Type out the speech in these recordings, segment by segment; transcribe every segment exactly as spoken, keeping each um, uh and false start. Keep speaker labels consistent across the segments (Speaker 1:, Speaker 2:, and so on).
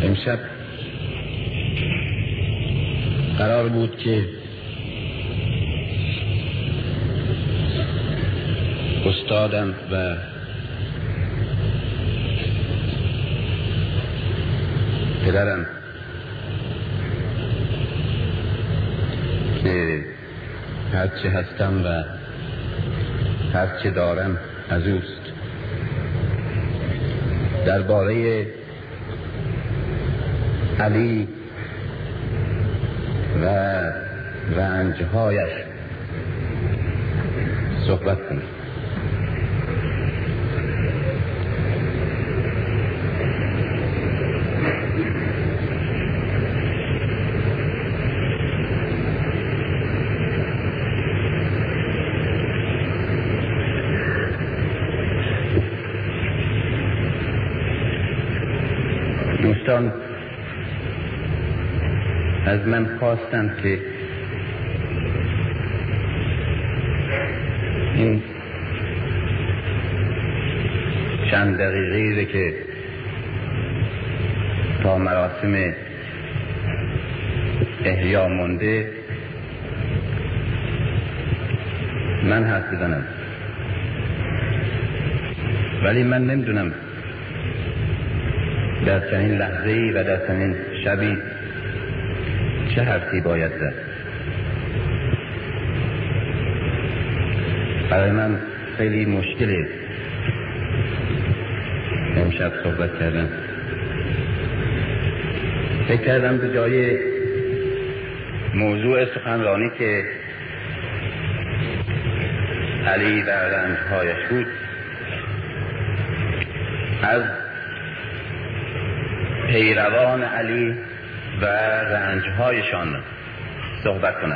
Speaker 1: امشب قرار بود که استادم و پدرم که هرچه هستم و هرچه دارم از اوست درباره علی و رنجهایش صحبت کنم. دوستان از من خواستند که این چند دقیقه‌ای که تا مراسم احیا مونده من حرف بزنم، ولی من نمیدونم در چنین لحظه‌ای و در چنین شبی چه حرفی باید زد. برای من خیلی مشکله امشب صحبت کردم. فکر کردم به جای موضوع سخنرانی که علی و رنجهایش بود از پیروان علی و رنجهایشان صحبت کنم.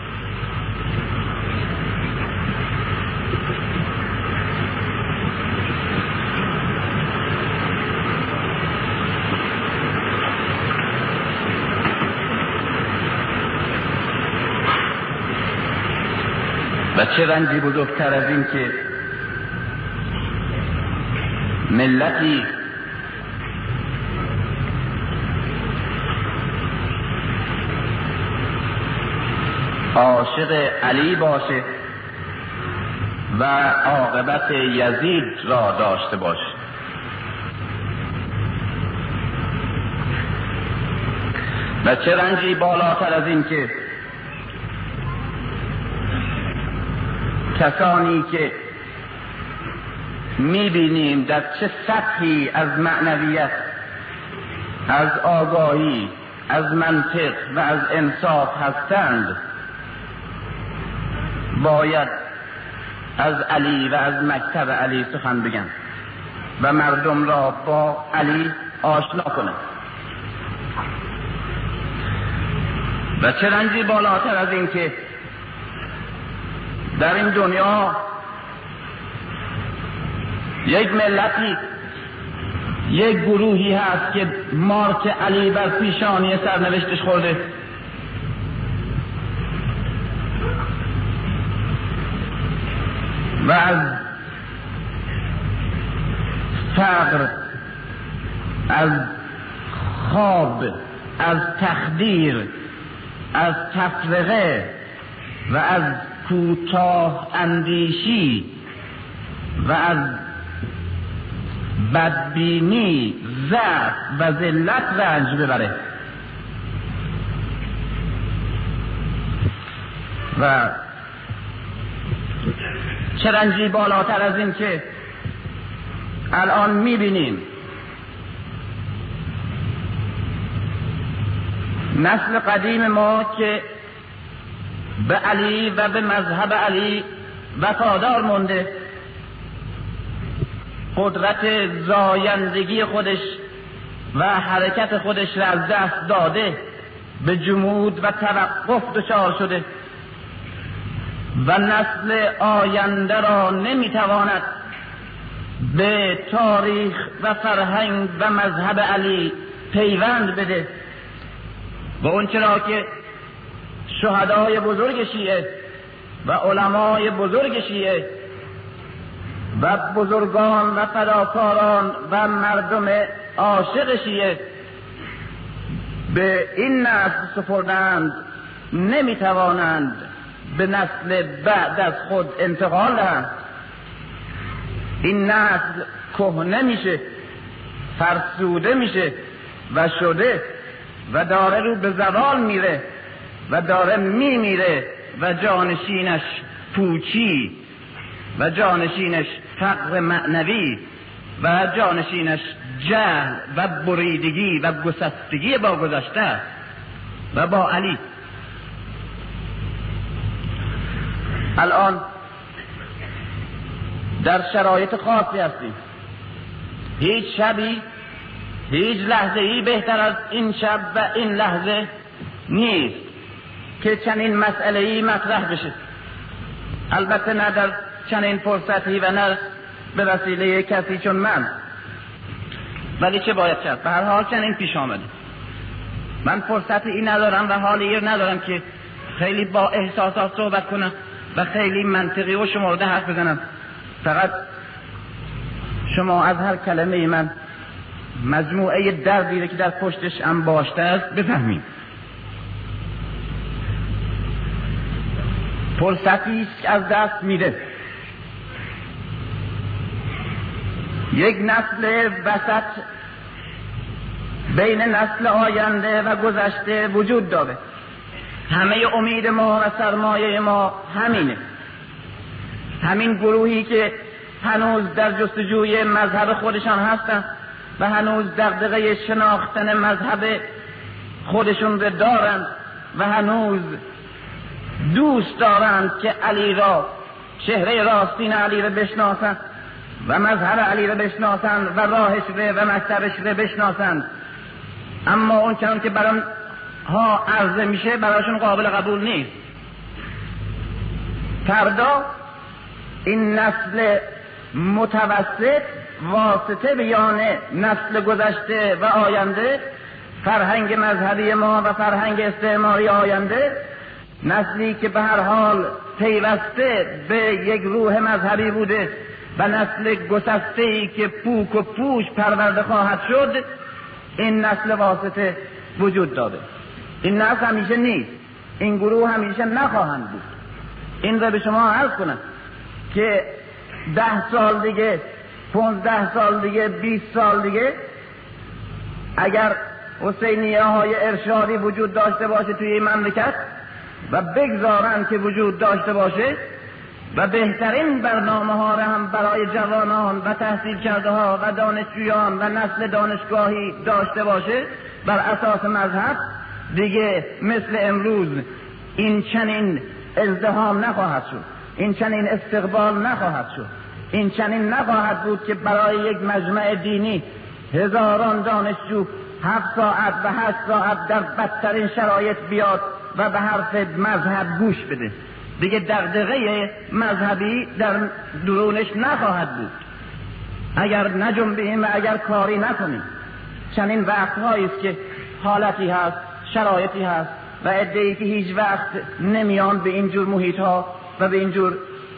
Speaker 1: و چه رنجی بزرگتر از این که ملتی عاشق علی باشه و عاقبت یزید را داشته باشه. و چه رنجی بالاتر از این که کسانی که میبینیم در چه سطحی از معنویت، از آگاهی، از منطق و از انصاف هستند، باید از علی و از مکتب علی سخن بگن و مردم را با علی آشنا کنند. و چه رنجی بالاتر از این که در این دنیا یک ملتی، یک گروهی هست که مارک علی بر پیشانی سرنوشتش خورده و از فقر، از خواب، از تخدیر، از تفرقه و از کوتاه اندیشی و از بدبینی، ضعف و ذلت رنج ببره. و چه رنجی بالاتر از این که الان میبینیم نسل قدیم ما که به علی و به مذهب علی وفادار مونده، قدرت زایندگی خودش و حرکت خودش را از دست داده، به جمود و توقف دچار شده و نسل آینده را نمیتواند به تاریخ و فرهنگ و مذهب علی پیوند بده. و اون چرا که شهدای بزرگ شیعه و علمای بزرگ شیعه و بزرگان و فداکاران و مردم عاشق شیعه به این نسل سپردند نمیتوانند به نسل بعد از خود انتقال دهند. این نسل کهنه میشه، فرسوده میشه و شده و داره رو به زوال میره و داره میمیره و جانشینش پوچی و جانشینش فقر معنوی و جانشینش جهل و بریدگی و گسستگی با گذشته و با علی. الان در شرایط خاصی هستیم. هیچ شبی، هیچ لحظه ای بهتر از این شب و این لحظه نیست که چنین مسئله ای مطرح بشه. البته نه در چنین فرصتی و نه به وسیله کسی چون من، ولی چه باید کرد؟ به هر حال چنین پیش آمده. من فرصتی ای ندارم و حالی ندارم که خیلی با احساسات صحبت کنم و خیلی منطقی و شمرده حرف بزنم. فقط شما از هر کلمه من مجموعه دردی که در پشتش انباشته است بفهمید. فرصتی است که از دست میده. یک نسل وسط بین نسل آینده و گذشته وجود داره. همه امید ما و سرمایه ما همینه. همین گروهی که هنوز در جستجوی مذهب خودشان هستند و هنوز دغدغه شناختن مذهب خودشون رو دارند و هنوز دوست دارند که علی را، چهره راستین علی را بشناسند و مذهب علی را بشناسند و راهش را و مکتبش را بشناسند، اما اون چنان که برای ها عرضه میشه برایشون قابل قبول نیست. فردا این نسل متوسط واسطه بیان نسل گذشته و آینده، فرهنگ مذهبی ما و فرهنگ استعماری آینده، نسلی که به هر حال پیوسته به یک روح مذهبی بوده و نسل گسسته‌ای که پوک و پوش پرورده خواهد شد، این نسل واسطه وجود داره. این نسل همیشه نیست، این گروه همیشه نخواهند بود. این را به شما عرض کنم که ده سال دیگه، پونزده سال دیگه، بیست سال دیگه اگر حسینیه های ارشادی وجود داشته باشه توی این مملکت و بگذارن که وجود داشته باشه و بهترین برنامه ها را هم برای جوانان و تحصیل کرده ها و دانشجویان و نسل دانشگاهی داشته باشه بر اساس مذهب، دیگه مثل امروز این چنین ازدحام نخواهد شد، این چنین استقبال نخواهد شد، این چنین نخواهد بود که برای یک مجمع دینی هزاران دانشجو هفت ساعت و هشت ساعت در بدترین شرایط بیاد و به حرف مذهب گوش بده. دیگه دغدغه مذهبی در درونش نخواهد بود اگر نجنبیم و اگر کاری نکنیم. چنین وقتهایی است که حالتی هست، شرایطی هست و عده‌ای که هیچ وقت نمیان به اینجور محیط ها و به اینجور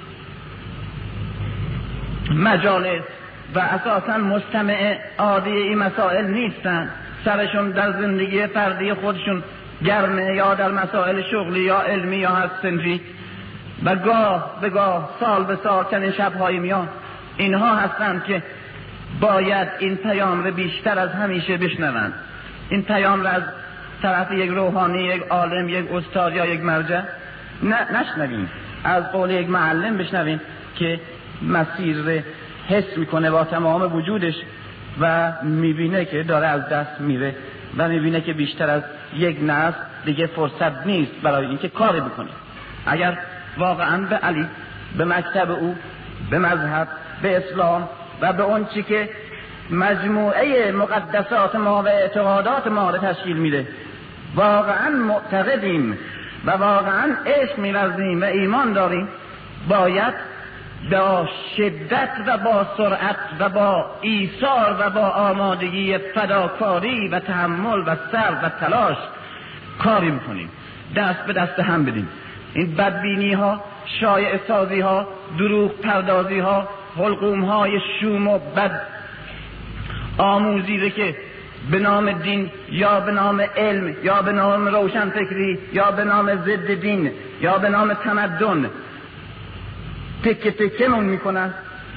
Speaker 1: مجالس و اساساً مستمع عادی این مسائل نیستن، سرشون در زندگی فردی خودشون گرمه یا در مسائل شغلی یا علمی یا هر سنجی و گاه به گاه سال به سال چنین شبهایی میان. اینها هستند که باید این پیام رو بیشتر از همیشه بشنوند. این پیام رو از طرف یک روحانی، یک عالم، یک استاد یا یک مرجع نه نشنویم، از قول یک معلم بشنویم که مسیر رو حس میکنه با تمام وجودش و میبینه که داره از دست میره و میبینه که بیشتر از یک نسل دیگه فرصت نیست برای اینکه کاری بکنه. اگر واقعا به علی، به مکتب او، به مذهب، به اسلام و به اون چی که مجموعه مقدسات ما و اعتقادات ما رو تشکیل میده واقعا معتقدیم و واقعا عشق می‌ورزیم و ایمان داریم، باید با شدت و با سرعت و با ایثار و با آمادگی فداکاری و تحمل و صبر و تلاش کاری میکنیم، دست به دست هم بدیم. این بدبینی ها، شایع سازی ها، دروغ پردازی ها، حلقوم های شوم و بد آموزی که به نام دین یا به نام علم یا به نام روشنفکری یا به نام ضد دین یا به نام تمدن تکه تکه‌مون میکنن،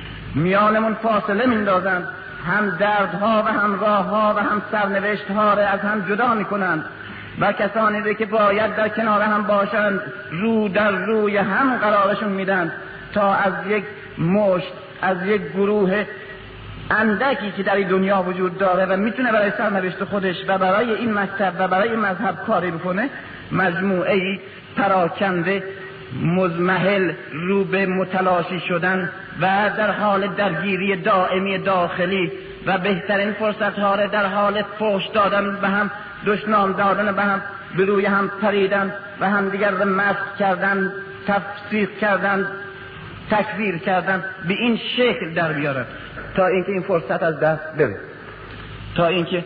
Speaker 1: میانمون فاصله میندازن، هم دردها و هم راهها و هم سرنوشتها را از هم جدا میکنن و کسانی که باید در کنار هم باشند رو در روی هم قرارشون میدن تا از یک مشت، از یک گروه اندکی که در این دنیا وجود داره و میتونه برای سرنوشت خودش و برای این مکتب و برای مذهب کاری بکنه، مجموعه پراکنده مزمحل رو به متلاشی شدن و در حال درگیری دائمی داخلی و بهترین فرصت ها را در حال فحش دادن به هم، دشنام دادن به هم، به روی هم پریدن و هم دیگر را مسخ کردن، تفسیق کردن، تکفیر کردن، به این شکل در بیارن تا اینکه این فرصت از دست بره، تا اینکه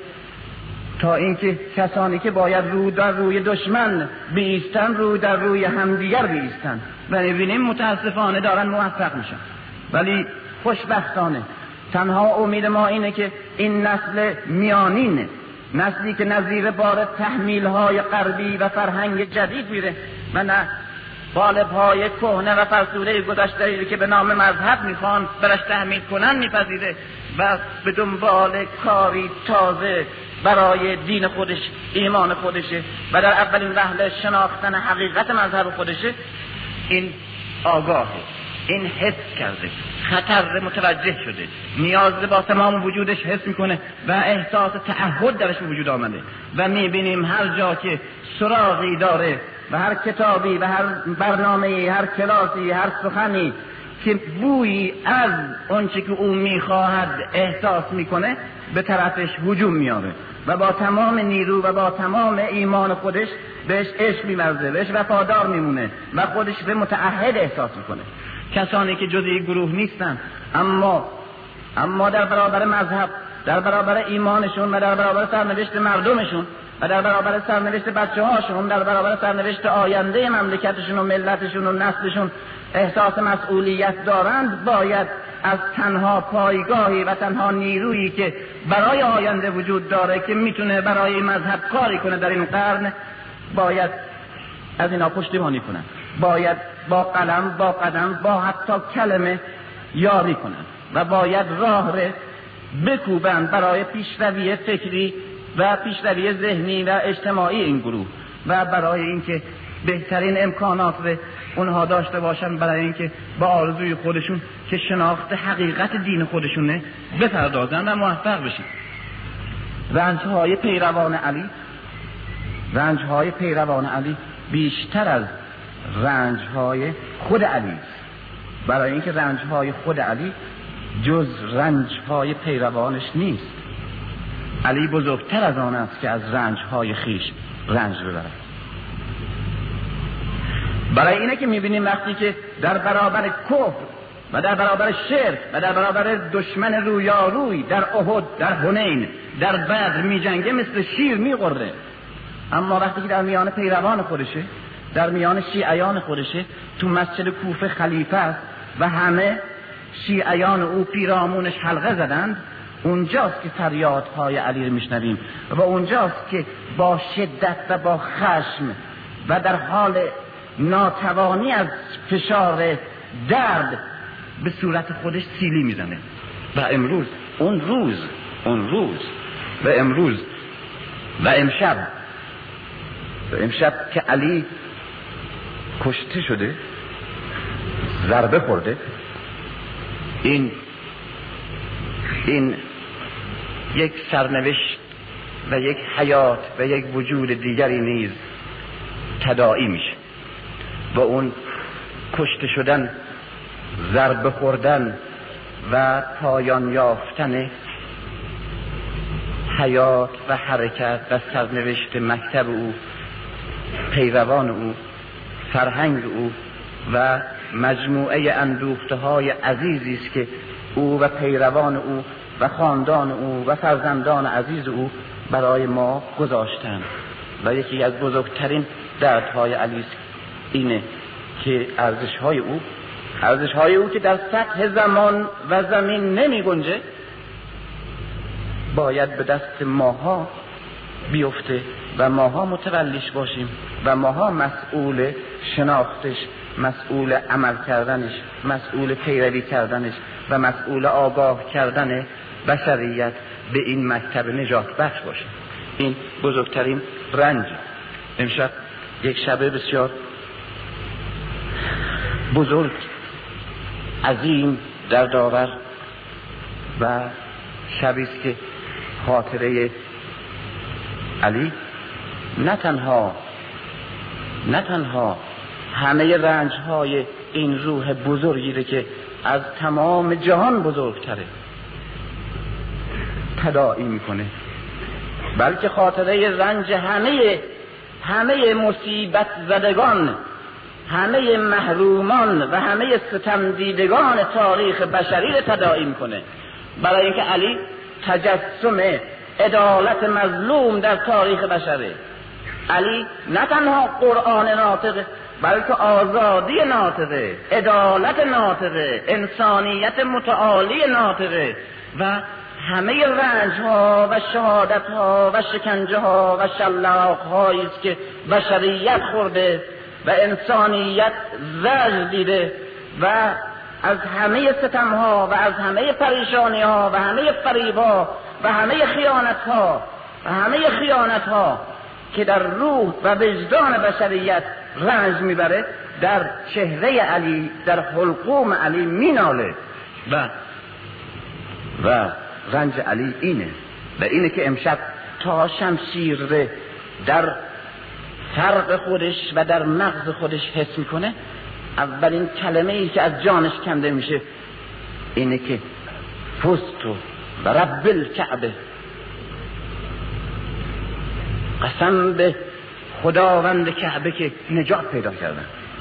Speaker 1: تا اینکه کسانی که باید رو در روی دشمن بیستن رو در روی همدیگر بیستن و می‌بینیم متاسفانه دارن موفق میشن. ولی خوشبختانه تنها امید ما اینه که این نسل میانین، نسلی که نظیر بار تحمیل‌های غربی و فرهنگ جدید میره و نه قالب‌های کهنه و فرسوده گذشته‌ای که به نام مذهب میخوان برش تحمیل کنن میپذیره و به دنبال کاری تازه برای دین خودش، ایمان خودشه و در اولین وهله شناختن حقیقت مذهب خودشه، این آگاهه، این حس کرده، خطر متوجه شده، نیاز با تمام وجودش حس میکنه و احساس تعهد درش وجود آمده و میبینیم هر جا که سراغی داره و هر کتابی و هر برنامه‌ای، هر کلاسی، هر سخنی که بویی از آنچه که او میخواهد احساس میکنه به طرفش هجوم میاره و با تمام نیرو و با تمام ایمان خودش بهش عشق می‌ورزه، بهش وفادار میمونه و خودش به متعهد احساس میکنه. کسانی که جزئی گروه نیستن اما اما در برابر مذهب، در برابر ایمانشون و در برابر سرنوشت مردمشون و در برابر سرنوشت بچه‌هاشون، در برابر سرنوشت آینده مملکتشون و ملتشون و نسلشون احساس مسئولیت دارند، باید از تنها پایگاهی و تنها نیرویی که برای آینده وجود داره که میتونه برای مذهب کاری کنه در این قرن، باید از اینا پشتیبانی کنن، باید با قلم، با قدم، با حتی کلمه یاری کنن و باید راه رو بکوبن برای پیشروی فکری و پیشروی ذهنی و اجتماعی این گروه و برای اینکه بهترین امکانات رو اونها داشته باشن برای اینکه با آرزوی خودشون که شناخت حقیقت دین خودشونه بپردازن و موفق بشن. رنجهای پیروان علی رنجهای پیروان علی بیشتر از رنجهای خود علی است، برای اینکه رنجهای خود علی جز رنجهای پیروانش نیست. علی بزرگتر از آن است که از رنجهای خیش رنج ببرد. برای اینه که میبینیم وقتی که در برابر کفر و در برابر شرک و در برابر دشمن رویاروی در احد، در حنین، در بدر میجنگه، مثل شیر میغره، اما وقتی که در میان پیروان خودشه، در میان شیعیان خودشه، تو مسجد کوفه خلیفه است و همه شیعیان او پیرامونش حلقه زدند، اونجاست که فریادهای علی رو میشنویم و اونجاست که با شدت و با خشم و در حال ناتوانی از فشار درد به صورت خودش سیلی میزنه. و امروز اون روز اون روز و امروز و امشب و امشب که علی کشته شده، ضربه خورده، این این یک سرنوشت و یک حیات و یک وجود دیگری نیز تداعی میشه و اون کشته شدن، ضربه خوردن و پایان یافتن حیات و حرکت و سرنوشت مکتب او، پیروان او، فرهنگ او و مجموعه اندوخته های عزیزی است که او و پیروان او و خاندان او و فرزندان عزیز او برای ما گذاشتند. و یکی از بزرگترین دردهای علی است اینه که ارزش‌های او ارزش‌های او که در سطح زمان و زمین نمی گنجه باید به دست ماها بیفته و ماها متولیش باشیم و ماها مسئول شناختش، مسئول عمل کردنش، مسئول پیروی کردنش و مسئول آگاه کردن بشریت به این مکتب نجات بخش باشیم. این بزرگترین رنج. امشب یک شب بسیار بزرگ، عظیم در داور و شبی است که خاطره علی نه تنها نه تنها همه رنج‌های این روح بزرگی که از تمام جهان بزرگتره تداعی میکنه، بلکه خاطره رنج همه همه مصیبت زدگان، همه محرومان و همه ستم دیدگان تاریخ بشری را تداعی میکنه. برای اینکه علی تجسم عدالت مظلوم در تاریخ بشره. علی نه تنها قرآن ناطقه، بلکه آزادی ناطقه، عدالت ناطقه، انسانیت متعالی ناطقه و همه رنج ها و شهادت ها و شکنجه ها و شلاق هایی است که بشریت خورده و انسانیت زجر دیده و از همه ستم ها و از همه پریشانی ها و همه فریب ها و همه خیانت ها و همه خیانت ها که در روح و وجدان بشریت رنج میبره در چهره علی، در حلقوم علی میناله و و رنج علی اینه و اینه که امشب تا شمشیر در فرق خودش و در مغز خودش حس میکنه، اولین کلمه ای که از جانش کنده میشه اینه که فزت و رب الکعبه، قسم به خداوند کعبه که نجات پیدا کردن.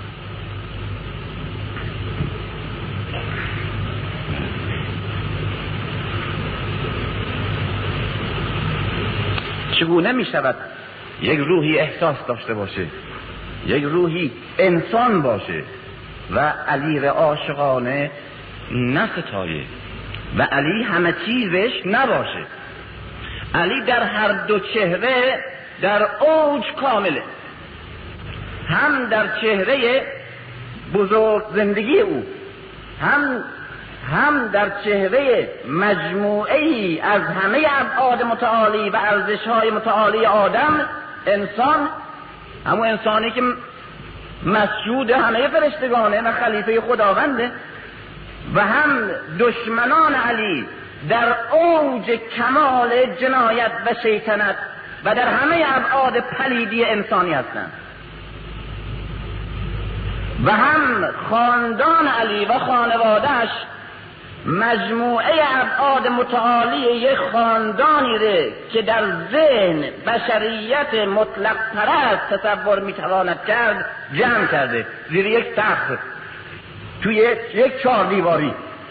Speaker 1: چگونه می شود یک روحی احساس داشته باشه، یک روحی انسان باشه و علی را عاشقانه نستایه و علی همه چیزش نباشه؟ علی در هر دو چهره در اوج کامله، هم در چهره بزرگ زندگی او، هم هم در چهره مجموعه‌ای از همه ابعاد متعالی و ارزش‌های متعالی آدم، انسان، همون انسانی که مسجود همه فرشتگانه و خلیفه خداونده، و هم دشمنان علی در اوج کمال جنایت و شیطنت و در همه ابعاد پلیدی انسانی هستند، و هم خاندان علی و خانوادهش مجموعه ابعاد متعالی یک خاندانی ره که در ذهن بشریت مطلق پرست تصور میتواند کرد جمع کرده زیر یک تخت توی یک چهار دیواری.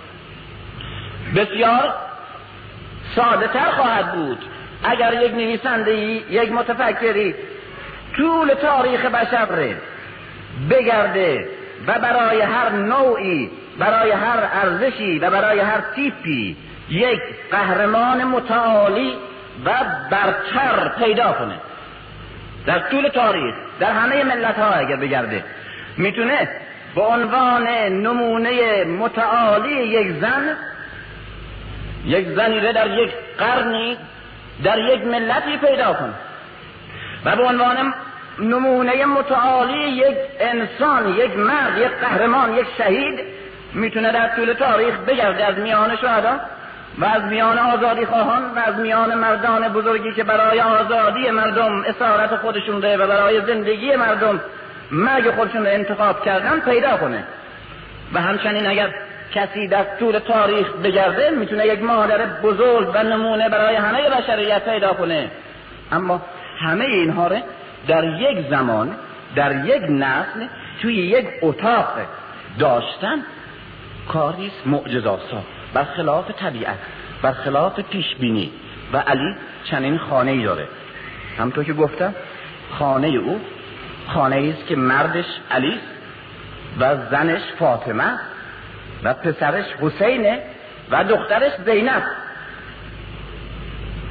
Speaker 1: بسیار ساده تر خواهد بود اگر یک نویسنده‌ای، یک متفکری طول تاریخ بشر ره بگرده و برای هر نوعی، برای هر ارزشی و برای هر تیپی یک قهرمان متعالی و برتر پیدا کنه در طول تاریخ، در همه ملت ها اگر بگرده، میتونه به عنوان نمونه متعالی یک زن، یک زنی رو در یک قرنی در یک ملتی پیدا کنه و به عنوان نمونه متعالی یک انسان، یک مرد، یک قهرمان، یک شهید میتونه در طول تاریخ بگرده از میان شهدا و از میان آزادی خواهان و از میان مردان بزرگی که برای آزادی مردم اسارت خودشون ده و برای زندگی مردم مرگ خودشون رو انتخاب کردن پیدا کنه. و همچنین اگر کسی در طول تاریخ بگرده میتونه یک مادر بزرگ و نمونه برای همه بشریت پیدا کنه. اما همه اینها رو در یک زمان، در یک نسل، توی یک اتاق داشتن کاریست معجزه‌آسا، برخلاف طبیعت، برخلاف پیش بینی. و علی چنین خانه‌ای داره، همونطور که گفتم خانه او خانه‌ای است که مردش علی و زنش فاطمه و پسرش حسینه و دخترش زینب.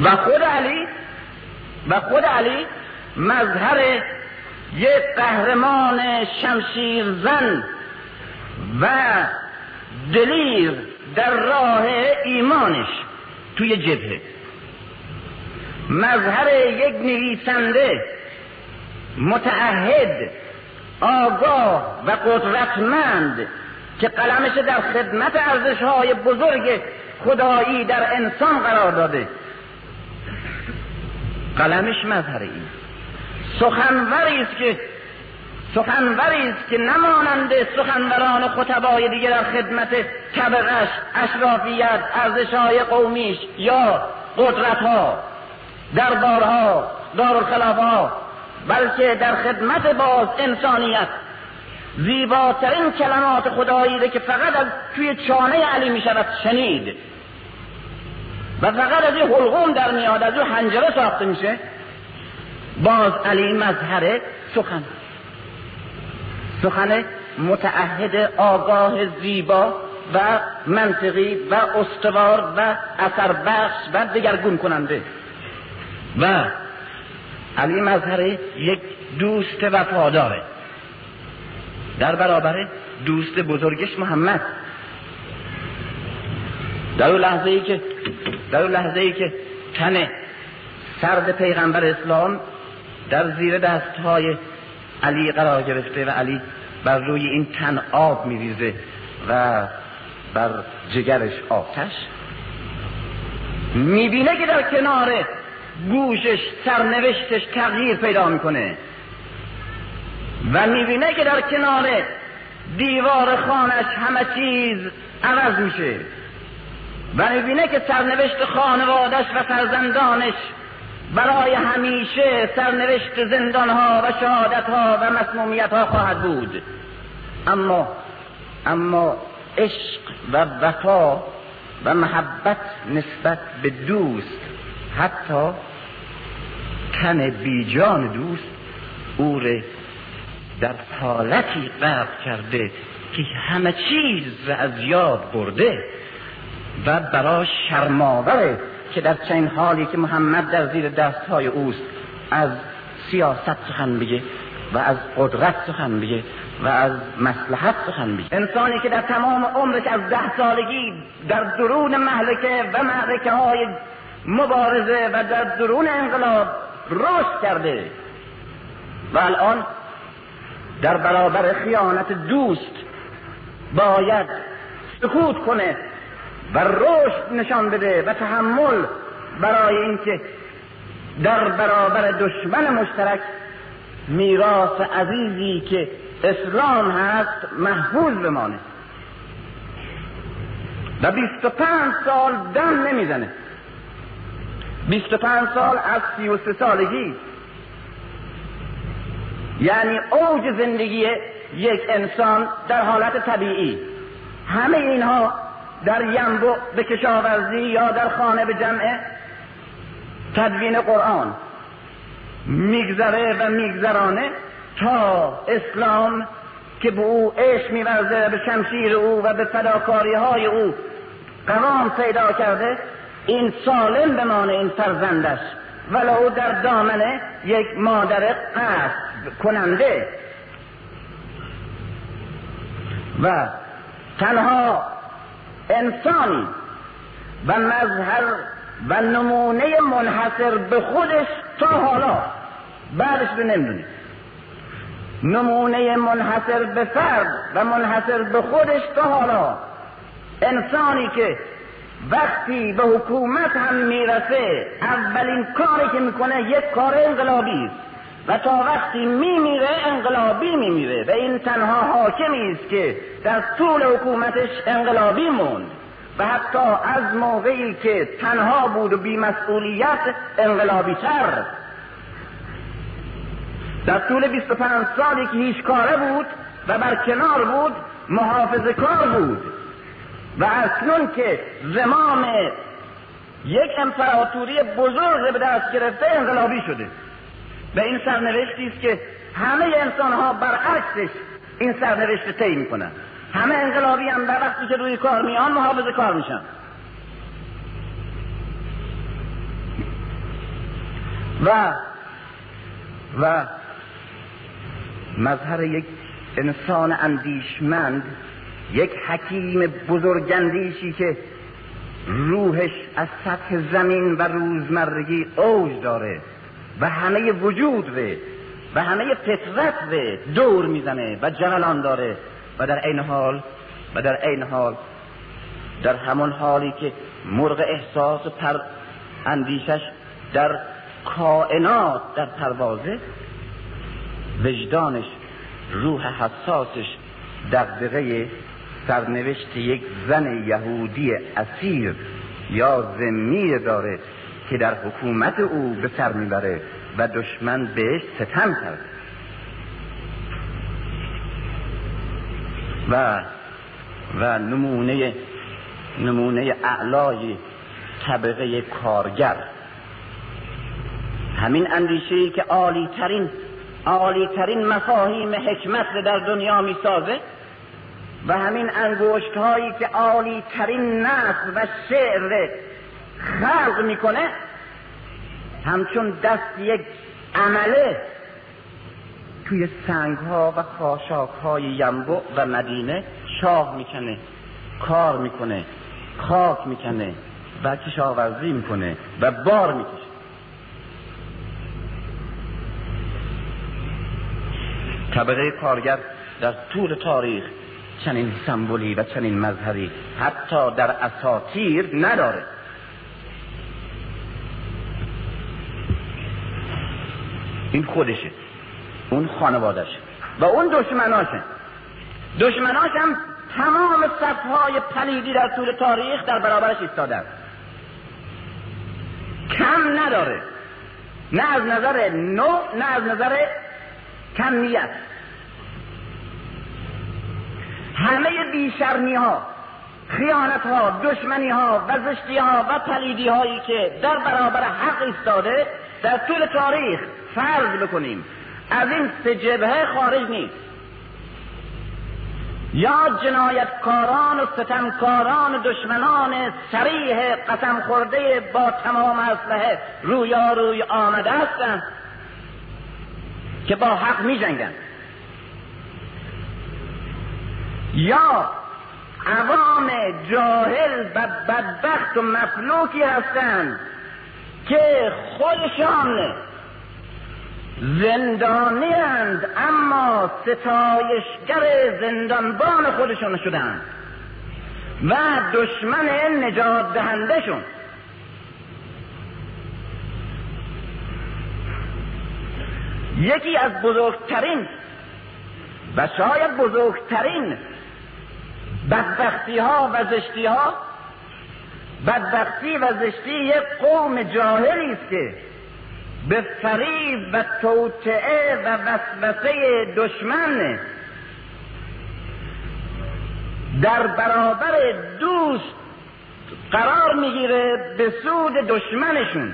Speaker 1: و خود علی و خود علی مظهر یک قهرمان شمشیر زن و دلیر در راه ایمانش توی جبهه، مظهر یک نویسنده متعهد، آگاه و قدرتمند که قلمش در خدمت ارزش‌های بزرگ خدایی در انسان قرار داده. قلمش مظهر این سخنوری است که سخنوری است که نمانند سخنوران خطبای دیگر در خدمت طبقش، اشرافیت، ارزش‌های قومیش یا قدرت‌ها، دربارها، دارالخلافه‌ها، بلکه در خدمت باز انسانیت زیباترین کلمات خدایی که فقط از توی چانه علی می شود شنید و فقط از این حلقوم در میاد، از این حنجره ساخته میشه. باز علی مظهر سخن سخن متعهد، آگاه، زیبا و منطقی و استوار و اثر بخش و دگرگون کننده. و علی مظهر یک دوست وفاداره در برابر دوست بزرگش محمد. در اون لحظه ای که در اون لحظه ای که تن سرد پیغمبر اسلام در زیر دستهای علی قرار گرفته و علی بر روی این تن آب میریزه و بر جگرش آتش، میبینه که در کنار گوشش سرنوشتش تغییر پیدا میکنه و میبینه که در کنار دیوار خانش همه چیز عوض میشه و میبینه که سرنوشت خانوادش و فرزندانش برای همیشه سرنوشت زندانها و شهادتها و مسمومیتها خواهد بود. اما اما عشق و وفا و محبت نسبت به دوست، حتی تن بیجان دوست، او را در حالتی غرق کرده که همه چیز از یاد برده و برای شرم‌آوره که در چنین حالی که محمد در زیر دستهای اوست از سیاست سخن بگه و از قدرت سخن بگه و از مصلحت سخن بگه. انسانی که در تمام عمرش از ده سالگی در درون مهلکه و معرکه های مبارزه و در درون انقلاب رشد کرده و الان در برابر خیانت دوست باید سکوت کنه و رشد نشان بده و تحمل برای اینکه در برابر دشمن مشترک میراث عزیزی که اسلام هست محفوظ بمانه. و بیست و پنج سال دم نمیزنه، بیست و پنج سال از سی و سه سالگی، یعنی اوج زندگی یک انسان در حالت طبیعی. همه اینها در ینبع به کشاورزی یا در خانه به جمع تدوین قرآن میگذره و میگذرانه تا اسلام که به او عشق می‌ورزه، به شمشیر او و به فداکاری های او قوام پیدا کرده، این سالم بمانه این فرزندش ولو در دامن یک مادر قصد کننده. و تنها انسانی و مظهر و نمونه منحصر به خودش تا حالا، بعدش به نمیدونی، نمونه منحصر به فرد و منحصر به خودش تا حالا، انسانی که وقتی به حکومت هم میرسه اولین کاری که میکنه یک کار انقلابی است و تا وقتی میمیره انقلابی میمیره و این تنها حاکمی است که در طول حکومتش انقلابی موند و حتی از موقعی که تنها بود و بی‌مسئولیت انقلابی تر. در طول بیست و پنج سالی که هیچ کاره بود و بر کنار بود محافظه کار بود و اکنون که زمام یک امپراتوری بزرگ به دست گرفته انقلابی شده. و این سرنوشتی است که همه انسان ها برعکسش این سرنوشت طی میکنن. همه انقلابی هم در وقتی که روی کار میان محافظه کار میشن. و و مظهر یک انسان اندیشمند، یک حکیم بزرگندیشی که روحش از سطح زمین و روزمرگی اوج داره و همه وجود وی و همه فطرت وی دور میزنه و جولان داره و در عین حال و در عین حال در همون حالی که مرغ احساس پر اندیشش در کائنات در پروازه، وجدانش، روح حساسش دغدغه سرنوشت یک زن یهودی اسیر یا ذمی داره که در حکومت او به سر میبره و دشمن بهش ستم کرد. و و نمونه نمونه اعلای طبقه کارگر، همین اندیشه‌ای که عالی ترین عالی ترین مفاهیم حکمت در دنیا می سازه و همین انگشت هایی که عالی ترین نثر و شعر خلق میکنه همچون دست یک عمله توی سنگ ها و خاشاک های ینبع و مدینه شاه میکنه، کار میکنه، خاک میکنه و کشاورزی میکنه و بار میکشه. طبقه کارگر در طول تاریخ چنین سمبولی و چنین مظهری حتی در اساطیر نداره. این خودشه، اون خانوادشه و اون دشمناشه. دشمناش هم تمام صفهای پلیدی در طول تاریخ در برابرش ایستادن، کم نداره، نه از نظر نوع نه از نظر کمیت. همه بیشرمی ها، خیانت ها، دشمنی ها و زشتی ها و پلیدی هایی که در برابر حق ایستاده در طول تاریخ فرض بکنیم از این سه جبهه خارج نیست. یا جنایتکاران و ستمکاران دشمنان صریح قسم خورده با تمام اسلحه رویاروی آمده هستند که با حق می جنگند، یا عوام جاهل و بدبخت و مفلوکی هستند که خودشان زندانی اند اما ستایشگر زندانبان خودشون شدند و دشمن نجات دهنده شون. یکی از بزرگترین و شاید بزرگترین بدبختی ها و زشتی ها بدبختی و زشتی یک قوم جاهلی است که به فریب و توطئه و وسوسه دشمن در برابر دوست قرار میگیره به سود دشمنشون.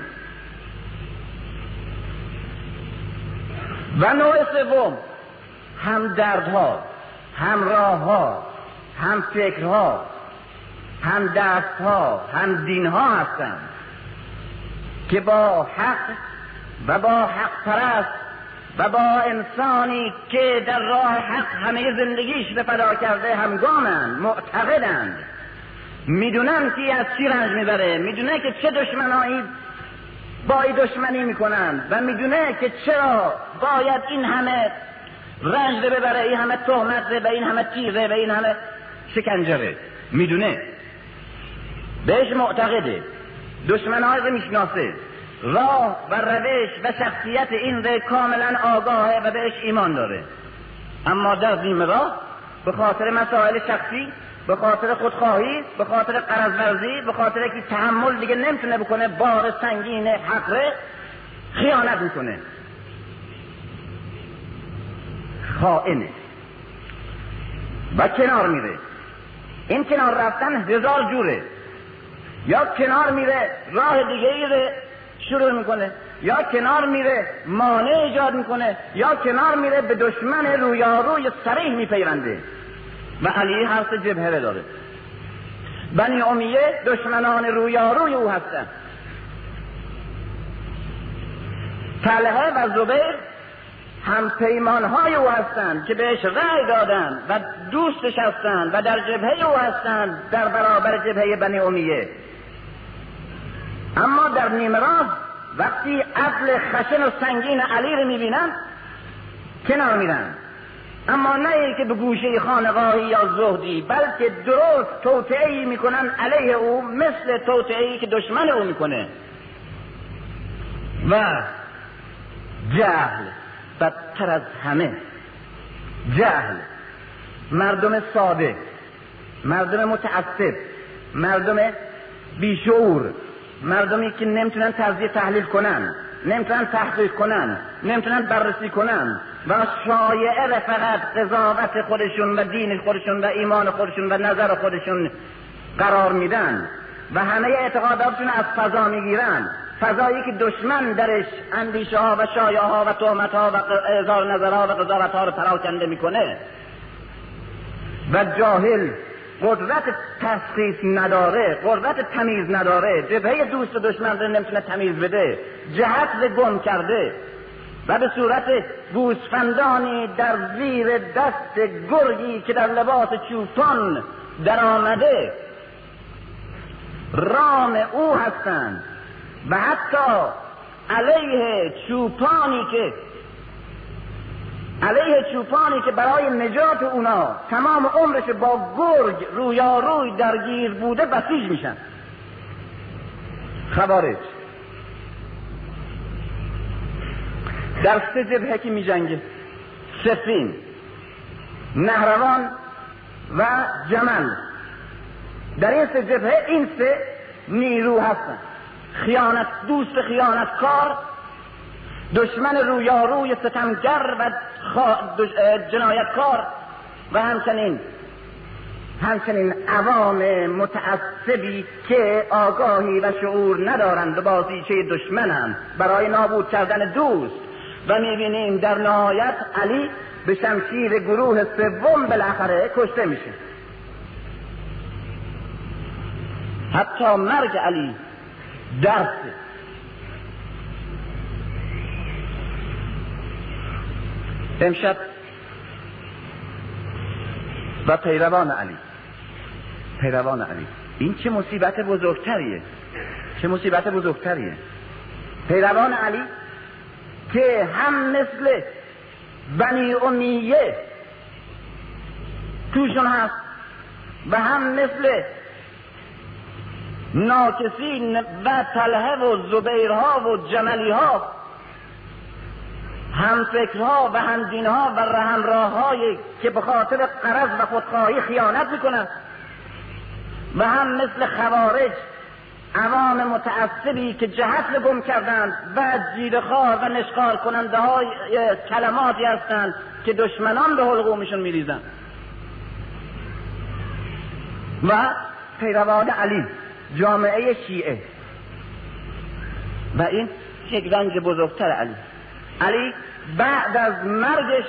Speaker 1: و نوع سوم هم دردها، هم راهها، هم فکرها، هم دستها، هم دینها هستند که با حق و با حق پرست و با انسانی که در راه حق همه زندگیش به فدا کرده همگامند، معتقدند، میدونن که از چی رنج میبره، میدونه که چه دشمنایی با این دشمنی میکنند و میدونه که چرا باید این همه رنج ببره، این همه تهمت و این همه تیره و این همه شکنجه، میدونه، بهش معتقده، دشمنای رو میشناسه، راه و روش و شخصیت این رو کاملا آگاهه و بهش ایمان داره، اما در نیمه راه به خاطر مسائل شخصی، به خاطر خودخواهی، به خاطر غرض‌ورزی، به خاطر که تحمل دیگه نمیتونه بکنه بار سنگین حق رو، خیانت میکنه، خائنه و کنار میره. این کنار رفتن هزار جوره، یا کنار میره راه دیگه ای رو شروع میکنه، یا کنار میره مانع ایجاد میکنه، یا کنار میره به دشمن رویاروی صریح میپیونده و علی هر سه جبهه داره. بنی امیه دشمنان رویاروی او هستند طلحه و زبیر هم پیمانهای او هستند که بهش رأی دادند و دوستش هستند و در جبهه او هستند در برابر جبهه بنی امیه. اما در نیمه راه وقتی عدل خشن و سنگین علی رو میبینن کنار میرن، اما نه ای که به گوشه خانقاهی یا زهدی، بلکه درست توطئه‌ای میکنن علیه او، مثل توطئه‌ای که دشمن او میکنه. و جهل بدتر از همه، جهل، مردم ساده، مردم متعصب، مردم بیشعور، مردمی که نمیتونن تجزیه تحلیل کنن، نمیتونن تحقیق کنن، نمیتونن بررسی کنن و شایعه فقط قضاوت خودشون و دین خودشون و ایمان خودشون و نظر خودشون قرار میدن و همه اعتقاداتشون از فضا میگیرن، فضایی که دشمن درش اندیشه ها و شایعه ها و تهمت ها و اظهار نظرها و قضاوت ها رو پراکنده میکنه. و جاهل قدرت تشخیص نداره، قدرت تمیز نداره، جبهه دوست و دشمن رو نمیتونه تمیز بده، جهت رو گم کرده و به صورت گوسفندانی در زیر دست گرگی که در لباس چوپان در آمده رام او هستند و حتی علیه چوپانی که علیه چوپانی که برای نجات اونا تمام عمرش با گرگ رویاروی درگیر بوده بسیج میشن. خوارج در سه جبهه که میجنگه، صفین، نهروان و جمل، در این سه جبهه این سه نیرو هستن: خیانت دوست خیانتکار، دشمن رویاروی ستمگر و جنایتکار و همچنین همچنین عوام متعصبی که آگاهی و شعور ندارند و بازیچه دشمنند برای نابود کردن دوست. و میبینیم در نهایت علی به شمشیر گروه سوم بالاخره کشته میشه. حتی مرگ علی درسه. امشب و پیروان علی پیروان علی این چه مصیبت بزرگتریه، چه مصیبت بزرگتریه. پیروان علی که هم مثل بنی امیه توشون هست و هم مثل ناکسین و طلحه و زبیرها و جملیها هم فکرها و هم دینها و همراههایی که به خاطر غرض و خودخواهی خیانت میکنند و هم مثل خوارج عوام متعصبی که جهت رو گم کردند و جیره‌خوار و نشخوار کننده های کلماتی هستند که دشمنان به حلقومشون میریزند. و پیروان علی، جامعه شیعه، و این یک رنج بزرگتر علی. علی بعد از مرگش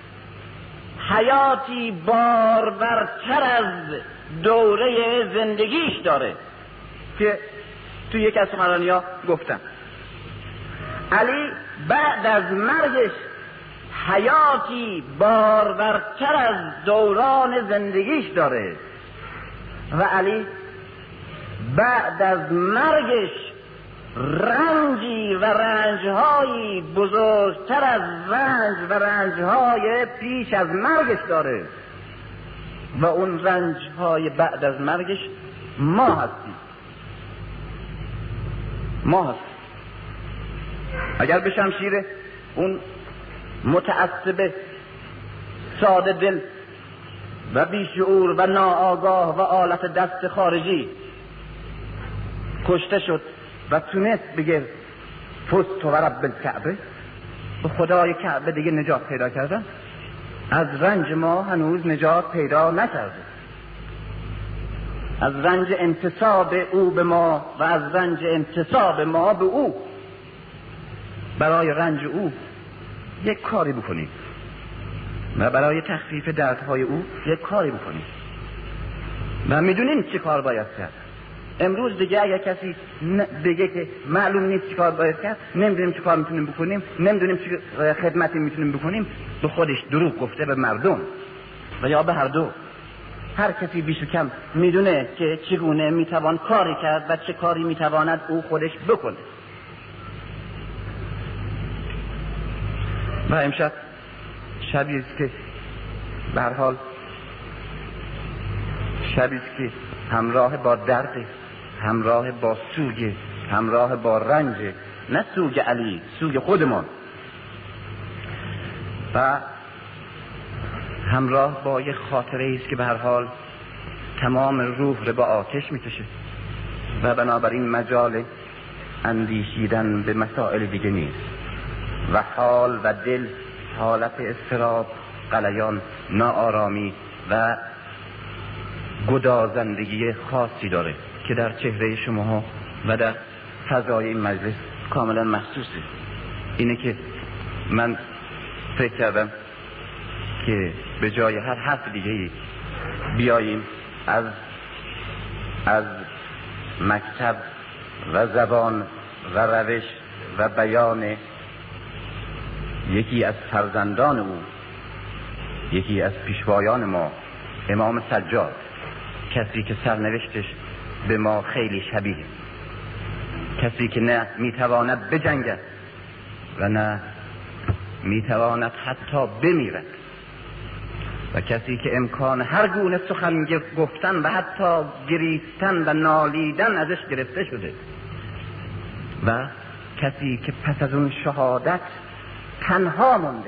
Speaker 1: حیاتی بارورتر از دوره زندگیش داره که تو یک از سخنرانی‌ها گفتم. علی بعد از مرگش حیاتی بارورتر از دوران زندگیش داره و علی بعد از مرگش رنجی و رنجهایی بزرگتر از رنج و رنجهای پیش از مرگش داره و اون رنجهای بعد از مرگش ما هستیم. ما هستیم. اگر به شمشیر اون متعصب ساده دل و بیشعور و ناآگاه و آلت دست خارجی کشته شد و تونست بگه فزت و رب الکعبه، به خدای کعبه دیگه نجات پیدا کردن، از رنج ما هنوز نجات پیدا نکرده. از رنج انتصاب او به ما و از رنج انتصاب ما به او. برای رنج او یک کاری بکنید و برای تخفیف دردهای او یک کاری بکنید و میدونین چه کار باید کرد. امروز دیگه اگر کسی بگه که معلوم نیست چیکار باید کرد، نمیدونیم چیکار میتونیم بکنیم، نمیدونیم چه خدمتی میتونیم بکنیم، به خودش دروغ گفته، به مردم و یا به هر دو. هر کسی بیش و کم میدونه که چگونه میتوان کاری کرد و چه کاری میتواند او خودش بکنه. و امشب شبی است که به هر حال شبی است که همراه با درد، همراه با سوگ، همراه با رنج، نه سوگ علی، سوگ خودمان، و همراه با یک خاطره است که به هر حال تمام روح رو با آتش میکشه و بنابراین مجال اندیشیدن به مسائل دیگه نیست و حال و دل حالت اضطراب، غلیان، ناآرامی و گدازندگی خاصی داره که در چهره شماها و در فضای این مجلس کاملا محسوسه. اینه که من فکر کردم که به جای هر حرف دیگه بیاییم از از مکتب و زبان و روش و بیان یکی از فرزندان او، یکی از پیشوایان ما، امام سجاد، کسی که سرنوشتش به ما خیلی شبیه، کسی که نه میتواند بجنگد و نه میتواند حتی بمیرد و کسی که امکان هر گونه سخن گفتن و حتی گریستن و نالیدن ازش گرفته شده و کسی که پس از اون شهادت تنها مونده،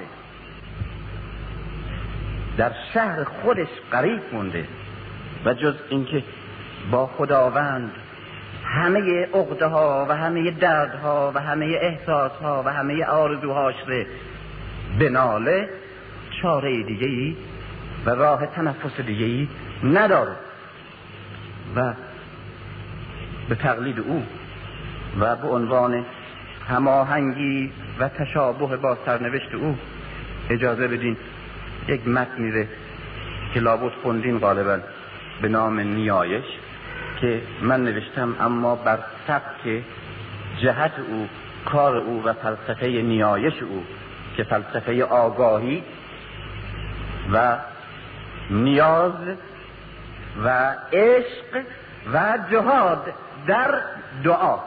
Speaker 1: در شهر خودش غریب مونده و جز اینکه با خداوند همه عقده ها و همه دردها و همه احساس ها و همه آرزوهاش رو بناله، چاره دیگه ای و راه تنفس دیگه ای نداره و به تقلید او و به عنوان هماهنگی و تشابه با سرنوشت او اجازه بدین یک متنی رو که لابد خوندین غالبا به نام نیایش که من نوشتم، اما بر سبک جهت او، کار او و فلسفه نیایش او که فلسفه آگاهی و نیاز و عشق و جهاد در دعا.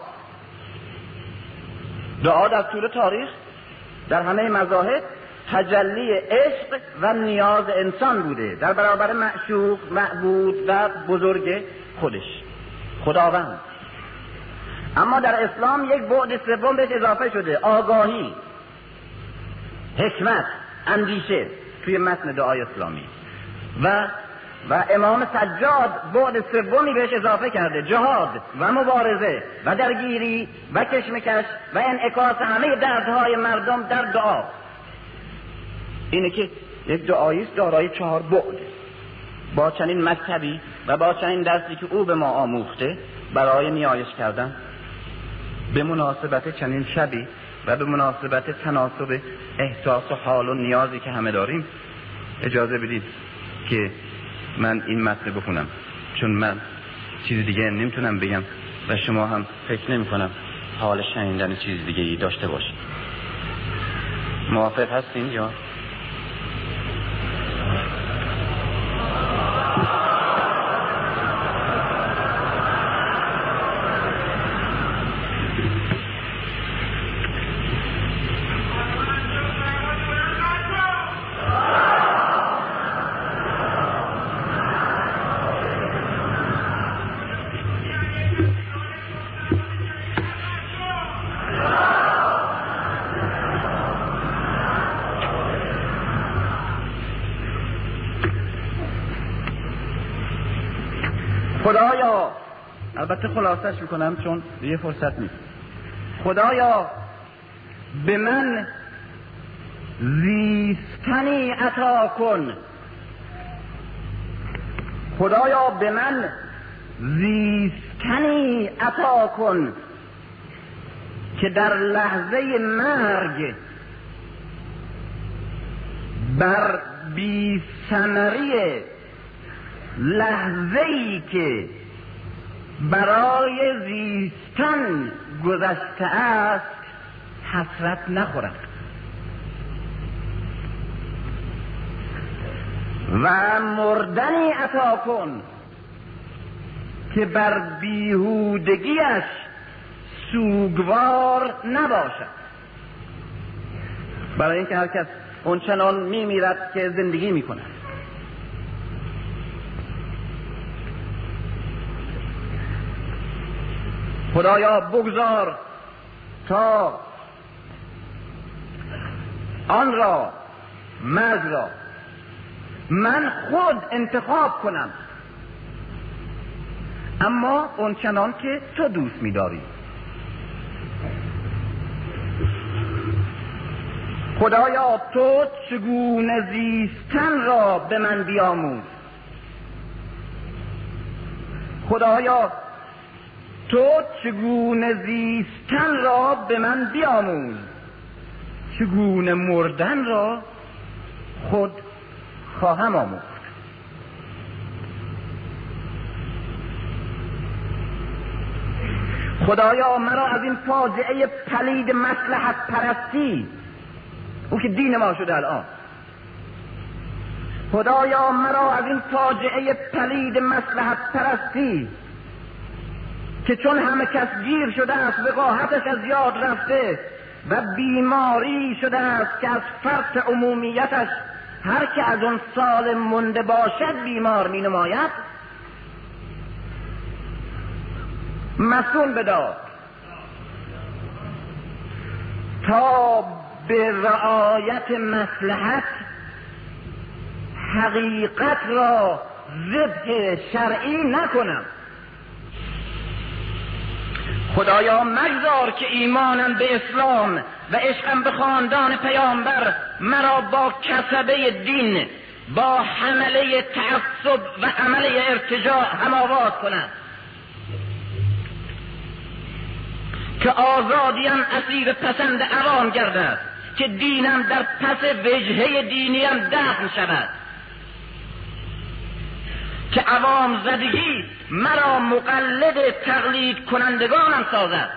Speaker 1: دعا در طول تاریخ در همه مذاهب تجلی عشق و نیاز انسان بوده در برابر معشوق، معبود و بزرگ خودش، خداوند. اما در اسلام یک بعد سوم بهش اضافه شده، آگاهی، حکمت، اندیشه توی متن دعای اسلامی و و امام سجاد بعد سومی بهش اضافه کرده، جهاد و مبارزه و درگیری و کشمکش و انعکاس همه دردهای مردم در دعا. اینه که یک دعایی است دارای چهار بعد. با چنین مکتبی و با چنین درسی که او به ما آموخته برای نیایش کردن به مناسبت چنین شبی و به مناسبت تناسب احساس و حال و نیازی که همه داریم، اجازه بدید که من این متن بخونم، چون من چیز دیگه نمیتونم بگم و شما هم فکر نمی کنم حال شنیدن چیز دیگه ای داشته باشید. موافق هستین یا؟ خدایا، البته خلاصش میکنم چون دیگه فرصت نیست. خدایا به من زیستنی عطا کن، خدایا به من زیستنی عطا کن که در لحظه مرگ بر بی ثمری لحظه‌ای که برای زیستن گذشته است حسرت نخورد و مردنی عطا کن که بر بیهودگیش سوگوار نباشد. برای اینکه هر کس اونچنان میمیرد که زندگی میکند. خدایا بگذار تا آن را مرگ را من خود انتخاب کنم، اما اونچنان که تو دوست می‌داری. خدایا تو چگونه زیستن را به من بیاموز. خدایا تو چگونه زیستن را به من بیاموز، چگونه مردن را خود خواهم آموخت. خدایا مرا از این فاجعه پلید مصلحت پرستی، او که دین ما شده الان، خدایا مرا از این فاجعه پلید مصلحت پرستی که چون همه کس گیر شده است وقاحتش از یاد رفته و بیماری شده است که از فرط عمومیتش هر که از اون سال مونده باشد بیمار می نماید، مسئول بدار تا به رعایت مصلحت حقیقت را ذبح شرعی نکنم. خدایا مگذار که ایمانم به اسلام و عشقم به خاندان پیامبر مرا با کسبه دین، با حمله تعصب و عمله ارتجاع هم‌آواز کند، که آزادیم اسیر پسند عوام گردد، که دینم در پس وجهه دینیم دفن شود، که عوام زدگی مرا مقلد تقلید کنندگانم سازد،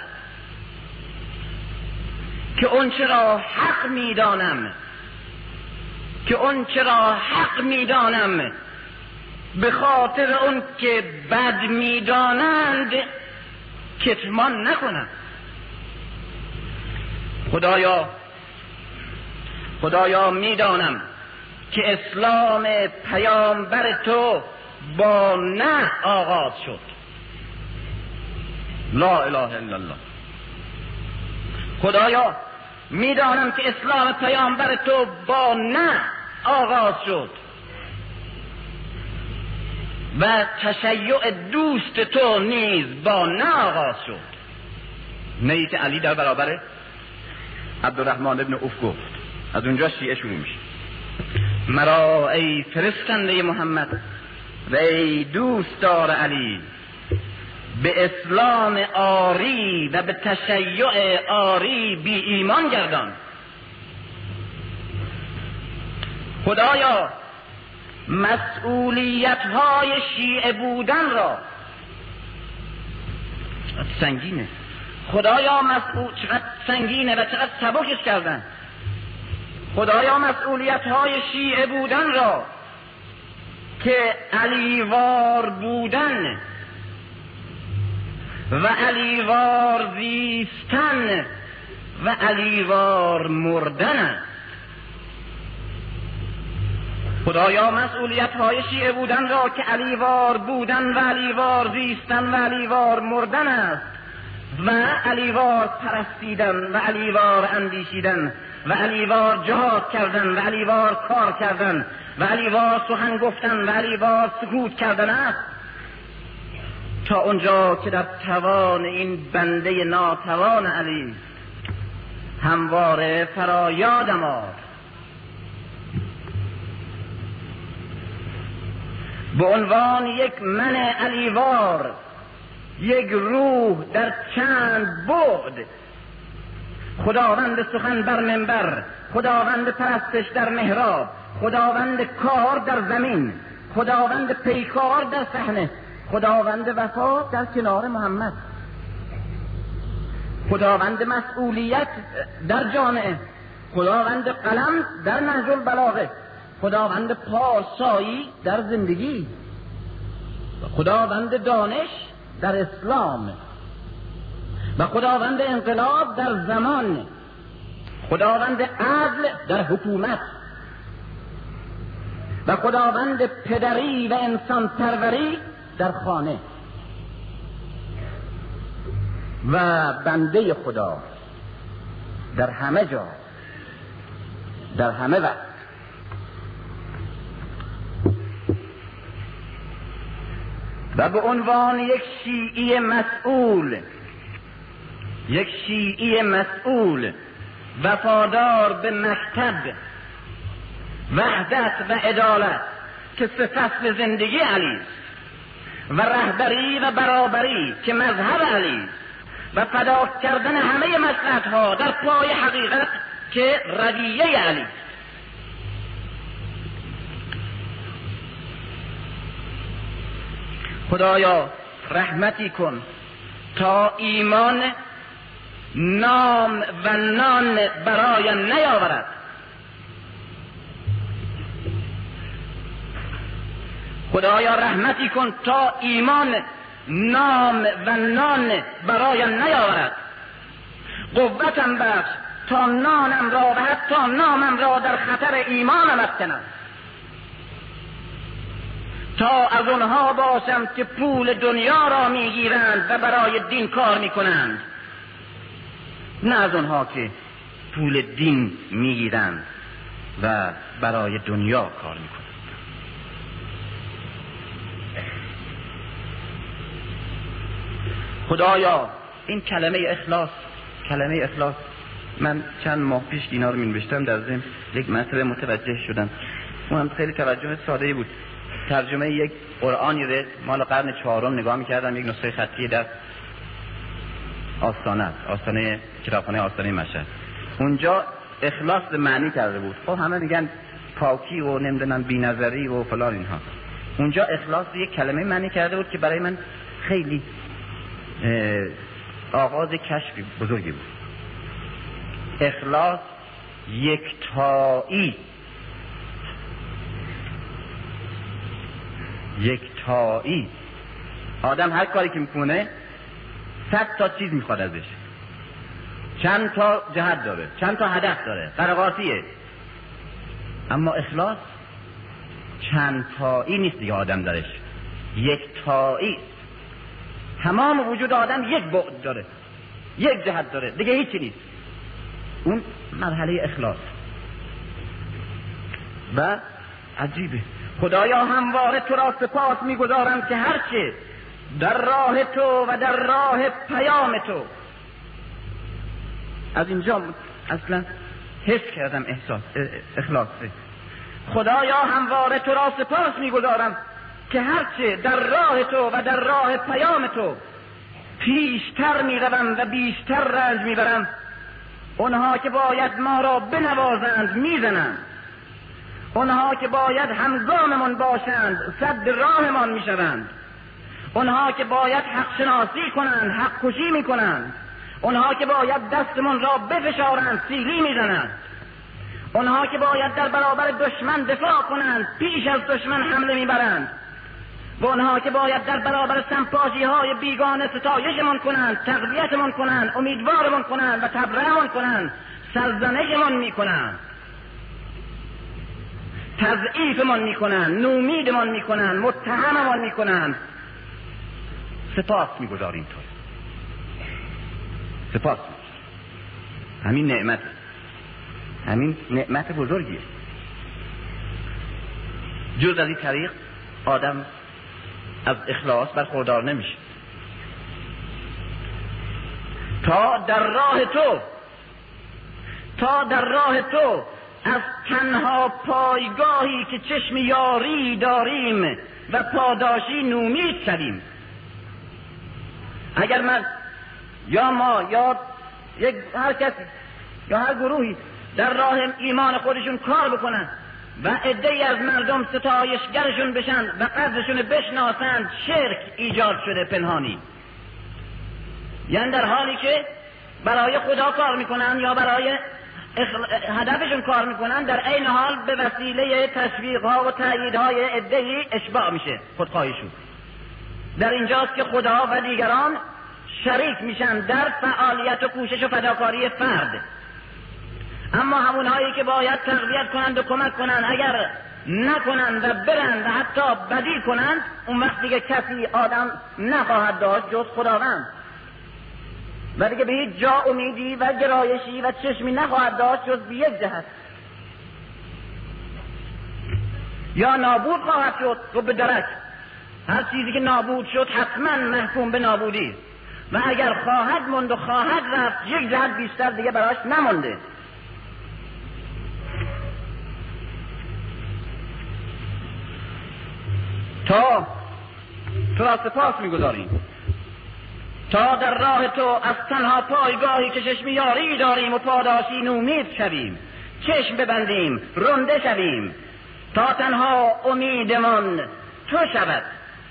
Speaker 1: که اون چرا حق میدانم که اون چرا حق میدانم به خاطر اون که بد میدانند کتمان نکنم. خدایا خدایا میدانم که اسلام پیامبر تو با نه آغاز شد. لا اله الا الله. خدایا میدانم که اسلام پیامبر تو با نه آغاز شد و تشیع دوست تو نیز با نه آغاز شد. نه که علی در برابر عبدالرحمن ابن عوف گفت، از اونجا شیعه شروع میشه. مرا ای فرستنده محمد و ای دوستدار علی به اسلام آری و به تشیع آری بی ایمان گردان. خدایا مسئولیت های شیعه بودن را، سنگینه خدایا، مسئول چقدر سنگینه و چقدر سبکش کردن. خدایا مسئولیت های شیعه بودن را که علیوار بودن و علیوار زیستن و علیوار مردن است. خدایا مسئولیت های شیعه بودن را که علیوار بودن و علیوار زیستن و علیوار مردن است و علیوار پرستیدن و علیوار اندیشیدن و علیوار جهاد کردن و علیوار کار کردن و علیوار سخن گفتن و علیوار سکوت کردن است، تا اونجا که در توان این بنده ناتوان علی همواره فرایادم آر. به عنوان یک من علیوار، یک روح در چند بعد، خداوند سخن بر منبر، خداوند پرستش در محراب، خداوند کار در زمین، خداوند پیکار در صحنه، خداوند وفا در کنار محمد، خداوند مسئولیت در جامعه، خداوند قلم در نهج البلاغه، خداوند پاسایی در زندگی، خداوند دانش در اسلام و خداوند انقلاب در زمان، خداوند عدل در حکومت و خداوند پدری و انسان پروری در خانه و بنده خدا در همه جا، در همه وقت. و به عنوان یک شیعی مسئول، یک شیعی مسئول وفادار به مکتب وحدت و عدالت که سه فصل زندگی علی است و رهبری و برابری که مذهب علی است و فدا کردن همه مصلحت‌ها در پای حقیقت که رویه علی است. خدایا رحمتی کن تا ایمان نام و نان برای نیاورد. خدایا رحمتی کن تا ایمان نام و نان برای نیاورد. قوتم بخش تا نانم را و حتی نامم را در خطر ایمانم افکنم، تا از اونها باشم که پول دنیا را میگیرند و برای دین کار میکنند، نه از اونها که پول دین میگیرند و برای دنیا کار میکنند. خدایا این کلمه اخلاص، کلمه اخلاص من چند ماه پیش اینا رو می‌نوشتم، در ضمن یک مسئله متوجه شدم، اونم خیلی توجه ساده‌ای بود. ترجمه یک قرآنی رو مال قرن چهارم نگاه می‌کردم، یک نسخه خطی در آستانه است، آستانه کتابخانه آستانه مشهد. اونجا اخلاص معنی کرده بود. خب همه میگن پاکی و نمیدونم بی‌نظری و فلان اینها. اونجا اخلاص یک کلمه معنی کرده بود که برای من خیلی آغاز کشفی بزرگی بود. اخلاص یکتایی، یکتایی. آدم هر کاری که میکنه صد تا چیز میخواد ازش، چند تا جهت داره، چند تا هدف داره، قرقاتیه. اما اخلاص چند تایی نیست دیگه، آدم درش یکتایی. تمام وجود آدم یک بعد داره، یک جهت داره، دیگه هیچی نیست. اون مرحله اخلاص. و عجیبه، خدایا همواره تو را سپاس میگذارم که هرچه در راه تو و در راه پیام تو. از اینجا اصلا حس کردم احساس اخلاصه. خدایا همواره تو را سپاس میگذارم که هرچه در راه تو و در راه پیام تو پیشتر میروم و بیشتر رنج میبرم، اونها که باید ما را بنوازند میزنند، اونها که باید همگاممان باشند صد راهمان میشوند، اونها که باید حق شناسی کنند حق کشی میکنند، اونها که باید دستمون را بفشارند سیلی میزنند، اونها که باید در برابر دشمن دفاع کنند پیش از دشمن حمله میبرند، و اونها که باید در برابر سمپاژی های بیگانه ستایشمون کنند، تقویتمون کنند، امیدوارمون کنند و تبرئمون کنند، سرزنشمون میکنند، تضعیفمون میکنند، نومیدمون میکنند، متهممون میکنند. سپاس میگذاریم تو، سپاس میگذاریم. همین نعمت، همین نعمت بزرگیه. جز از این طریق آدم از اخلاص برخوردار نمیشه. تا در راه تو، تا در راه تو از تنها پایگاهی که چشم یاری داریم و پاداشی نومید شدیم. اگر من یا ما یا یک هر کسی یا هر گروهی در راه ایمان خودشون کار بکنن و عده‌ای از مردم ستایشگرشون بشن و قدرشون بشناسند، شرک ایجاد شده پنهانی. یعنی در حالی که برای خدا کار میکنن یا برای هدفشون کار میکنن، در عین حال به وسیله تشویق‌ها و تأییدهای عده‌ای اشباع میشه خودخواهیشون. در اینجاست که خدا و دیگران شریک میشن در فعالیت و کوشش و فداکاری فرد. اما همونهایی که باید تقویت کنند و کمک کنند اگر نکنند و برند و حتی بدی کنند، اون وقت دیگه کسی آدم نخواهد داشت جز خداوند و دیگه به هیچ جا امیدی و گرایشی و چشمی نخواهد داشت جز به یک جهت، یا نابود خواهد شد و به درک. هر چیزی که نابود شد حتما محکوم به نابودی و اگر خواهد موند و خواهد رفت، یک جهت بیشتر دیگه براش نمونده. تا تو را سپاس می‌گذاریم، تا در راه تو از تنها پایگاهی که چشم یاری داریم و پاداشی نومید شویم، چشم ببندیم، رنده شویم، تا تنها امیدمان تو شود،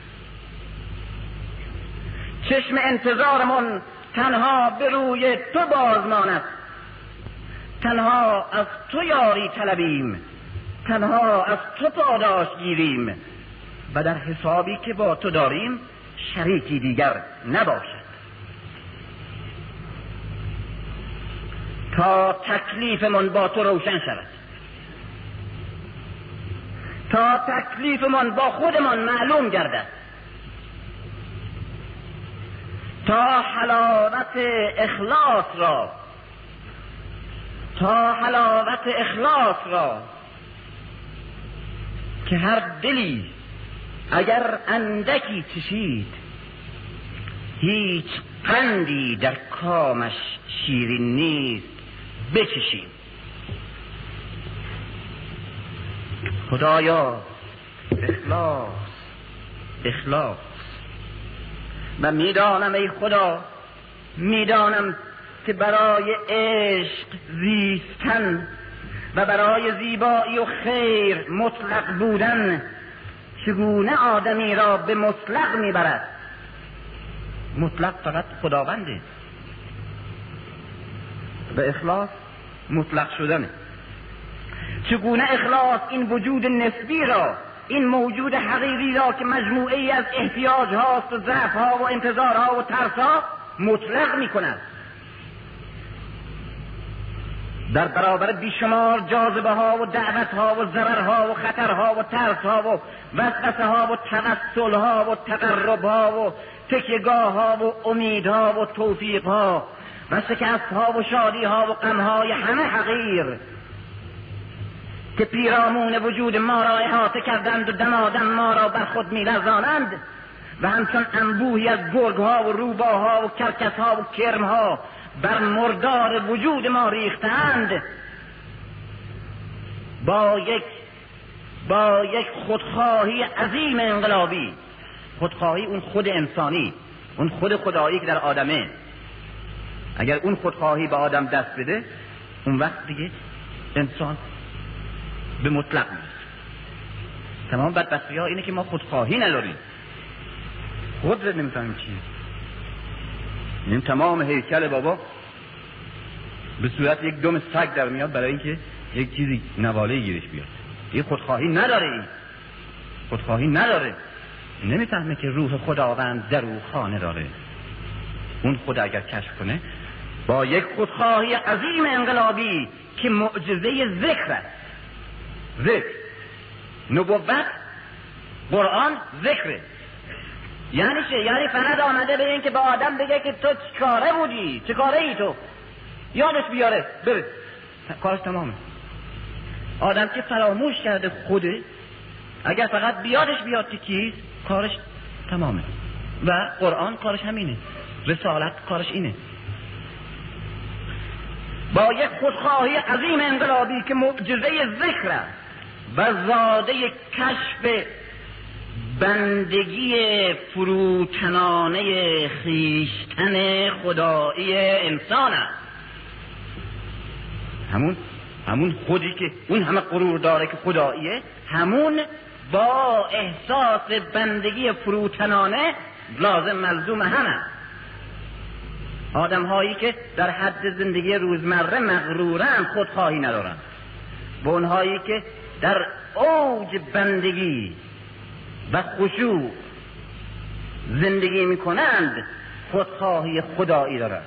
Speaker 1: چشم انتظارمون تنها به روی تو بازماند، تنها از تو یاری طلبیم، تنها از تو پاداش گیریم و در حسابی که با تو داریم شریکی دیگر نباشد. تا تکلیفمون با تو روشن شود، تا تکلیفمون با خودمون معلوم گردد، تا حلاوت اخلاص را تا حلاوت اخلاص را که هر دلی اگر اندکی چشید هیچ قندی در کامش شیرین نیست بچشیم. خدایا اخلاص اخلاص و میدانم ای خدا، میدانم که برای عشق زیستن و برای زیبایی و خیر مطلق بودن چگونه آدمی را به مطلق میبرد. مطلق فقط خداونده و اخلاص مطلق شدنه. چگونه اخلاص این وجود نسبی را، این موجود حقیقی را که مجموعه ای از احتیاج هاست و ضعف ها و انتظار ها و ترس ها مطلق می کند. در برابر بیشمار جاذبه ها و دعوت ها و ضرر ها و خطر ها و ترس ها و وسوسه ها و توسل ها و تقرب ها و تکیه‌گاه ها و امید ها و توفیق ها و شکست ها و شادی ها و غم های همه حقیر که پیرامون وجود ما را احاطه کردند و دمادم ما را بر خود می لرزانند و همچون انبوهی از گرگ ها و روباها و کرکس ها و کرم ها بر مردار وجود ما ریختند، با یک با یک خودخواهی عظیم انقلابی، خودخواهی اون خود انسانی، اون خود خدایی که در آدمه، اگر اون خودخواهی به آدم دست بده اون وقت دیگه انسان به مطلق میشه. تمام بدبختی ها اینه که ما خودخواهی نداریم، خود رو نمیفهمیم چیه. این تمام هیکل بابا به صورت یک دم سگ در میاد برای اینکه یک چیزی نواله گیرش بیاد. این خودخواهی نداره، این خودخواهی نداره، نمیفهمه که روح خداوند در او خانه داره. اون خدا اگر کشف کنه با یک خودخواهی عظیم انقلابی که معجزه ذکر است، ذکر، نبوت، قرآن ذکره. یعنی چه؟ یعنی فقط آمده به این که به آدم بگه که تو چیکاره بودی، چیکاره ای تو، یادش بیاره بره، کارش تمامه. آدم که فراموش کرده خوده، اگر فقط بیادش بیاد که کیست، کارش تمامه. و قرآن کارش همینه، رسالت کارش اینه. با یک خودخواهی عظیم انقلابی که معجزه ذکر است و زاده کشف بندگی فروتنانه خیشتن خدایی انسان است، همون همون خودی که اون همه غرور داره که خداییه، همون با احساس بندگی فروتنانه لازم ملزوم همه آدم هایی که در حد زندگی روزمره مغرورن، خودخواهی ندارن، و اونهایی که در اوج بندگی و خشوع زندگی میکنند خودخواهی خدایی دارند.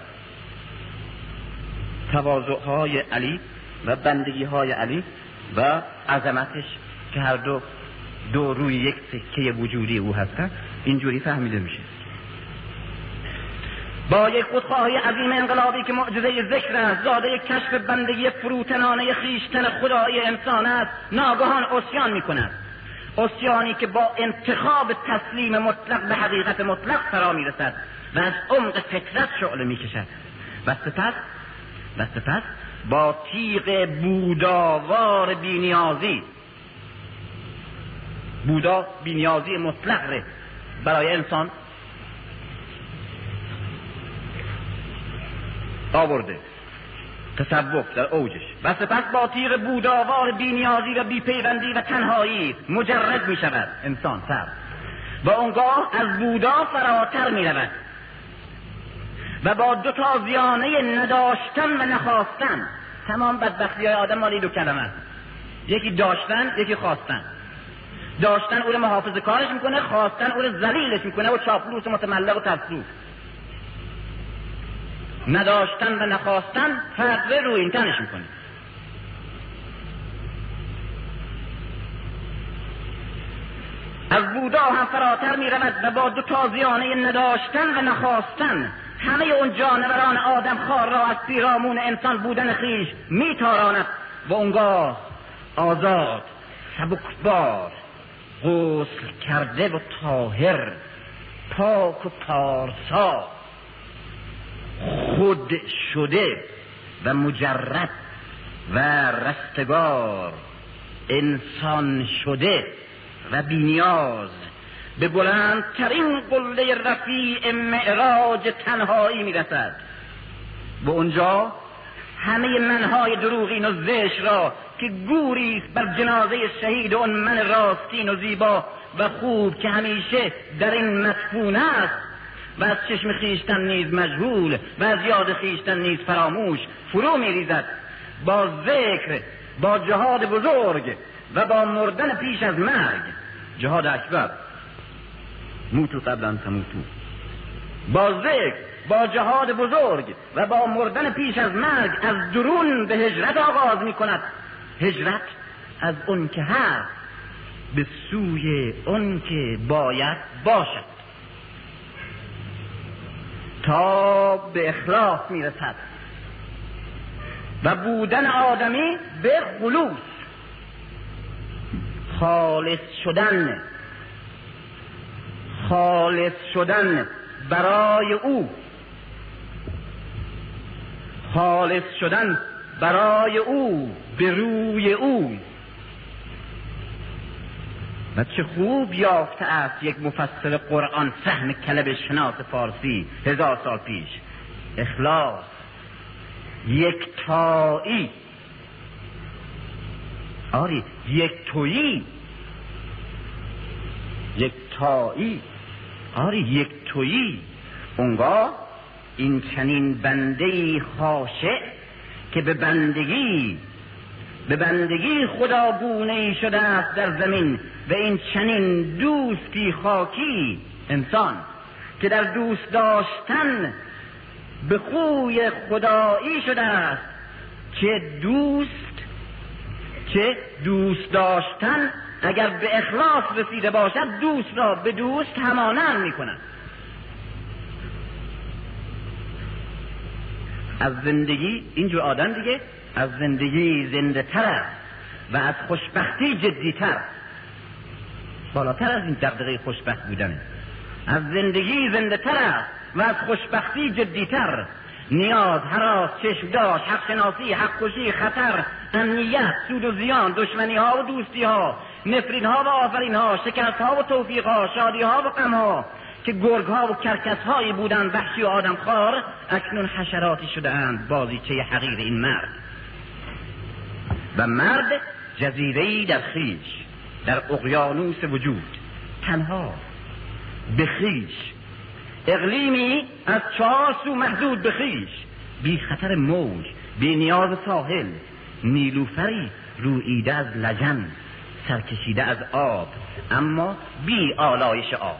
Speaker 1: تواضع‌های علی و بندگی‌های علی و عظمتش که هر دو دو روی یک سکه وجودی او هستند اینجوری فهمیده میشه. با یک خودخواهی عظیم انقلابی که معجزه ذکر است، زاده یک کشف بندگی فروتنانه خیشتن خدایی انسان است، ناگهان عصیان میکند، عصیانی که با انتخاب تسلیم مطلق به حقیقت مطلق فرا میرسد و از عمق فطرت شعله میکشد و سپس و سپس با تیغ بوداوار بینیازی، بودا بینیازی مطلق برای انسان آورده، تصوف در اوجش، و سپس با تیغ بوداوار بینیازی و بیپیوندی و تنهایی مجرد می شود انسان سر و اونگاه از بودا فراتر می رود و با دو تا زیانه نداشتن و نخواستن. تمام بدبختی های آدم مالی دو کلمه است، یکی داشتن، یکی خواستن. داشتن او رو محافظه کارش میکنه، خواستن او رو ذلیلش میکنه و چاپلوس و متملق و ترسو. نداشتن و نخواستن فتوه روی این تنش میکنه. از بودا هم فراتر میرود و با دو تازیانه نداشتن و نخواستن همه اون جانوران آدم خار را از پیرامون انسان بودن خیش میتاراند و اونگاه آزاد، سبکبار، غسل کرده و طاهر، پاک و پارسا، خود شده و مجرد و رستگار، انسان شده و بی‌نیاز به بلندترین قله رفیع معراج تنهایی میرسد و اونجا همه منهای دروغین و زشت را که گوری بر جنازه شهید اون من راستین و زیبا و خوب که همیشه در این مدفون است و از چشم خیشتن نیز مجهول و از یاد خیشتن نیز فراموش فرو میریزد، با ذکر، با جهاد بزرگ و با مردن پیش از مرگ، جهاد اکبر، موتو قبل ان تموتو، با ذکر، با جهاد بزرگ و با مردن پیش از مرگ از درون به هجرت آغاز می کند. هجرت از اون که هست به سوی اون که باید باشد تا به اخلاص می رسد و بودن آدمی به خلوص، خالص شدن، خالص شدن برای او، خالص شدن برای او، به روی او. و چه خوب یافته است یک مفسر قرآن فهم کلمه شناس فارسی هزار سال پیش: اخلاص، یکتایی، آری یک تویی، یکتایی، آری یک تویی. اونگاه این چنین بندهی خاشع که به بندگی به بندگی خداگونه‌ای شده است در زمین و این چنین دوستی خاکی انسان که در دوست داشتن به خوی خدایی شده است، که دوست که دوست داشتن اگر به اخلاص رسیده باشد دوست را به دوست همانند می کند. از زندگی اینجور آدم دیگه از زندگی زنده تر است و از خوشبختی جدی تر، بالاتر از این دغدغه خوشبخت بودنه. از زندگی زنده تر است و از خوشبختی جدی تر. نیاز، هراس، چشمداش، حق شناسی، حق کشی، خطر، امنیت، سود و زیان، دشمنی ها و دوستی ها، نفرین ها و آفرین ها، شکست ها و توفیق ها، شادی ها و غم ها که گرگ ها و کرکس هایی بودند وحشی و آدم خار، اکنون حشراتی شده اند بازیچه حقیر این مرد. و مرد جزیره‌ای در خویش، در اقیانوس وجود، تنها به خویش، اقلیمی از چهار سو محدود به خویش، بی خطر موج، بی نیاز ساحل، نیلوفری روییده از لجن، سرکشیده از آب اما بی آلایش آب،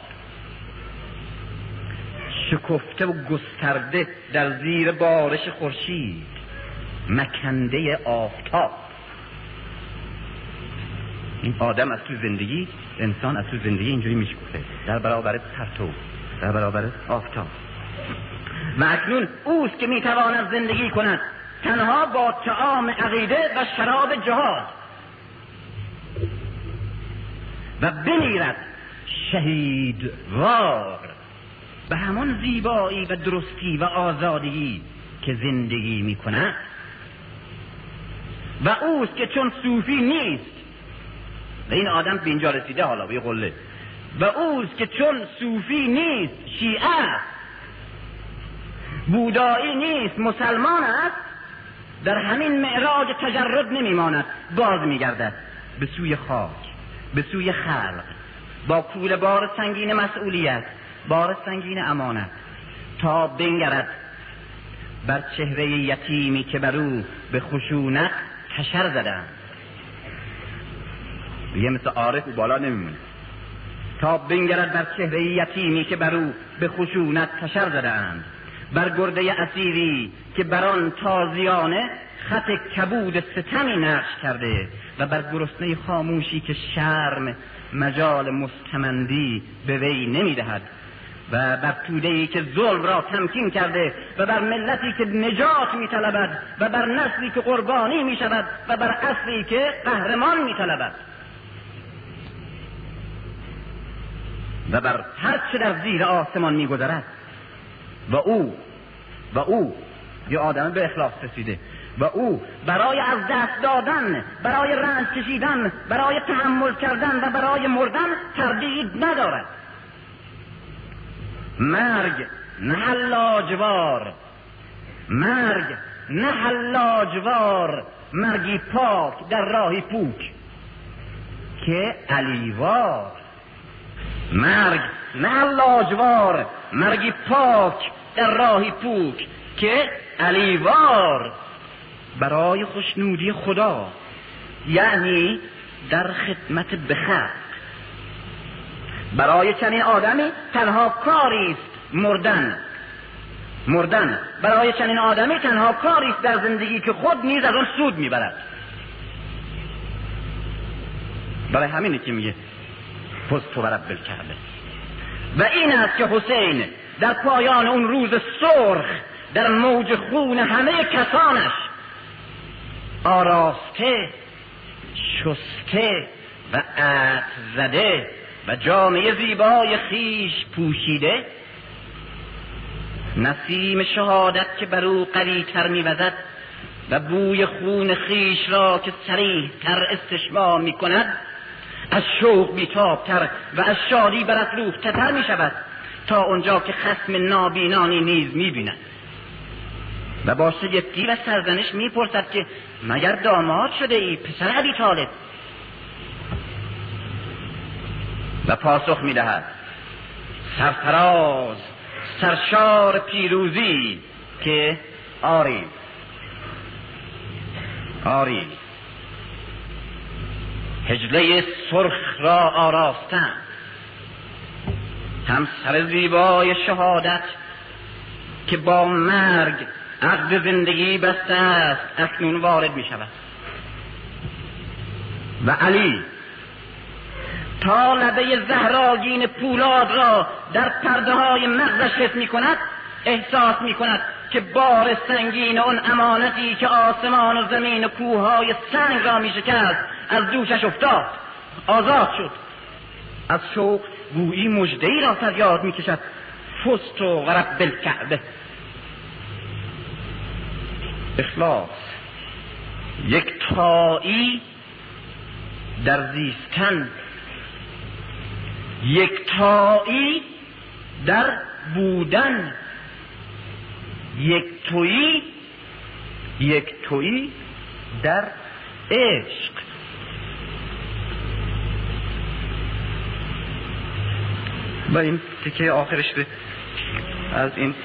Speaker 1: شکفته و گسترده در زیر بارش خورشید، مکنده آفتاب. این آدم از تو زندگی، انسان از تو زندگی اینجوری میشکفه در برابر پرتو، در برابر آفتاب. و اکنون اوست که میتواند زندگی کند تنها با طعام عقیده و شراب جهاد و بمیرد شهیدوار به همان زیبایی و درستی و آزادی که زندگی میکند. و اوست که چون صوفی نیست، و این آدم به اینجا رسیده حالا به قله، و اوست که چون صوفی نیست، شیعه بودایی نیست، مسلمان است، در همین معراج تجرد نمیماند، باز میگردد به سوی خاک، به سوی خلق، با کوله بار سنگین مسئولیت، بار سنگین امانت، تا بنگرد بر چهره یتیمی که بر او به خشونت کشر زدن. دیگه مثل عارف او بالا نمیمونه. تا بنگرد بر چهره یتیمی که بر او به خشونت کشر زدند، بر گرده اسیری که بر آن تازیانه خط کبود ستمی نقش کرده، و بر گرسنه خاموشی که شرم مجال مستمندی به وی نمیدهد، و بر توده‌ای که ظلم را تمکین کرده، و بر ملتی که نجات می‌طلبد، و بر نسلی که قربانی می‌شود، و بر اصلی که قهرمان می‌طلبد، و بر هر چه در زیر آسمان می‌گذرد. و او و او یه آدم به اخلاص رسیده، و او برای از دست دادن، برای رنج کشیدن، برای تحمل کردن و برای مردن تردید ندارد. مرگ نه حلاجوار، مرگ نه حلاجوار، مرگی پاک در راهی پوک که علیوار. مرگ نه حلاجوار، مرگی پاک در راهی پوک که علیوار، برای خوشنودی خدا، یعنی در خدمت بخلق. برای چنین آدمی تنها کاری است مردن. مردن برای چنین آدمی تنها کاری است در زندگی که خود نیز از آن سود میبرد. برای همینه که میگه فزت و رب الکعبه. و این است که حسین در پایان اون روز سرخ در موج خون همه کسانش آراسته، شسته و عطر زده و جامعه زیبای خیش پوشیده، نسیم شهادت که بر او قوی‌تر می‌وزد و بوی خون خیش را که صریح‌تر استشمام می‌کند، از شوق بی‌تاب‌تر و از شادی برافروخته‌تر می‌شود، تا آنجا که خصم نابینانی نیز می‌بیند و با شگفتی و سرزنش می‌پرسد که مگر داماد شده ای پسر ابی طالب؟ و پاسخ می‌دهد سرفراز، سرشار پیروزی که آری آری حجله سرخ را آراستن، هم سر زیبای شهادت که با مرگ عقد زندگی بسته است اکنون وارد می شود. و علی تا لبه زهراگین پولاد را در پرده های مغزش حس می کند، احساس می کند که بار سنگین اون امانتی که آسمان و زمین و کوههای سنگ را می شکست از دوشش افتاد، آزاد شد. از شوق گویی مژده‌ای را فریاد می کشد فزت و رب الکعبه. اخلاص، یک تایی در زیستن، یک تایی در بودن، یک تویی یک تویی در عشق. با این تیکه آخرش به از این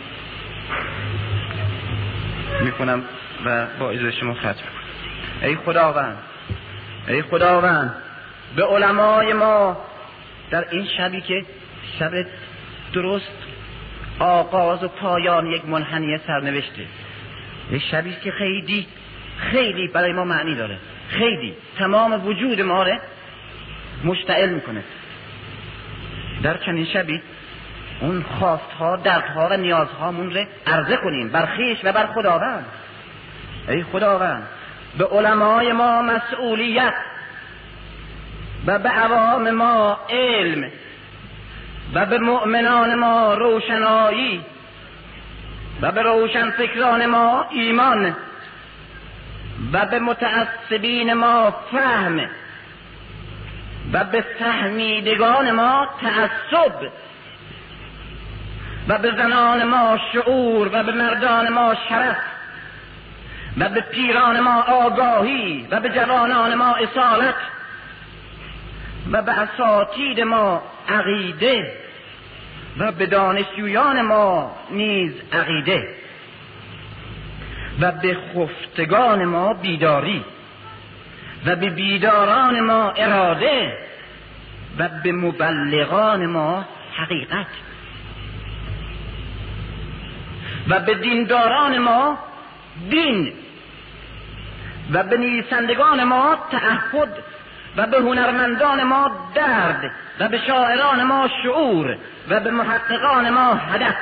Speaker 1: میکنم و با اجازه شما ختم میکنم. ای خداوند، ای خداوند، به علمای ما در این شبی که شب درست آغاز و پایان یک منحنی سرنوشته، یک شبی که خیلی خیلی برای ما معنی داره، خیلی تمام وجود ما رو مشتعل میکنه. در چنین شبی اون خواستها، دردها و نیازهامون رو عرضه کنیم بر خویش و بر خداوند. ای خداوند، به علمای ما مسئولیت و به عوام ما علم و به مؤمنان ما روشنایی و به روشن فکران ما ایمان و به متعصبین ما فهم و به فهمیدگان ما تعصب و به زنان ما شعور و به مردان ما شرف و به پیران ما آگاهی و به جوانان ما اصالت و به اساتید ما عقیده و به دانشجویان ما نیز عقیده و به خفتگان ما بیداری و به بیداران ما اراده و به مبلغان ما حقیقت و به دینداران ما دین و به نویسندگان ما تعهد و به هنرمندان ما درد و به شاعران ما شعور و به محققان ما هدف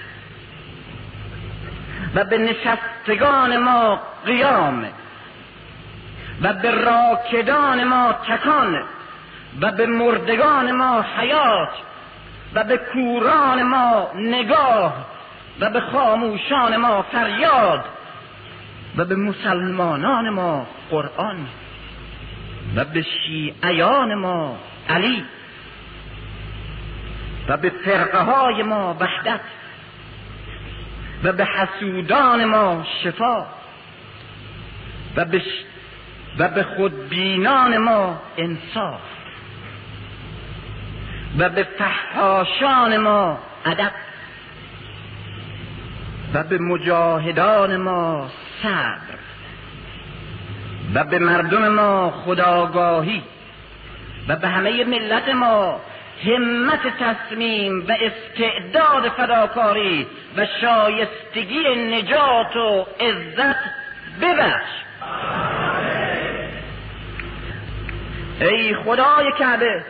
Speaker 1: و به نشستگان ما قیام و به راکدان ما تکان و به مردگان ما حیات و به کوران ما نگاه و به خاموشان ما فریاد و به مسلمانان ما قرآن و به شیعیان ما علی و به فرقه های ما وحدت و به حسودان ما شفا و به, ش... و به خودبینان ما انصاف و به فحاشان ما ادب و به مجاهدان ما صبر و به مردم ما خودآگاهی و به همه ملت ما همت تصمیم و استعداد فداکاری و شایستگی نجات و عزت ببخش. ای خدای کعبه،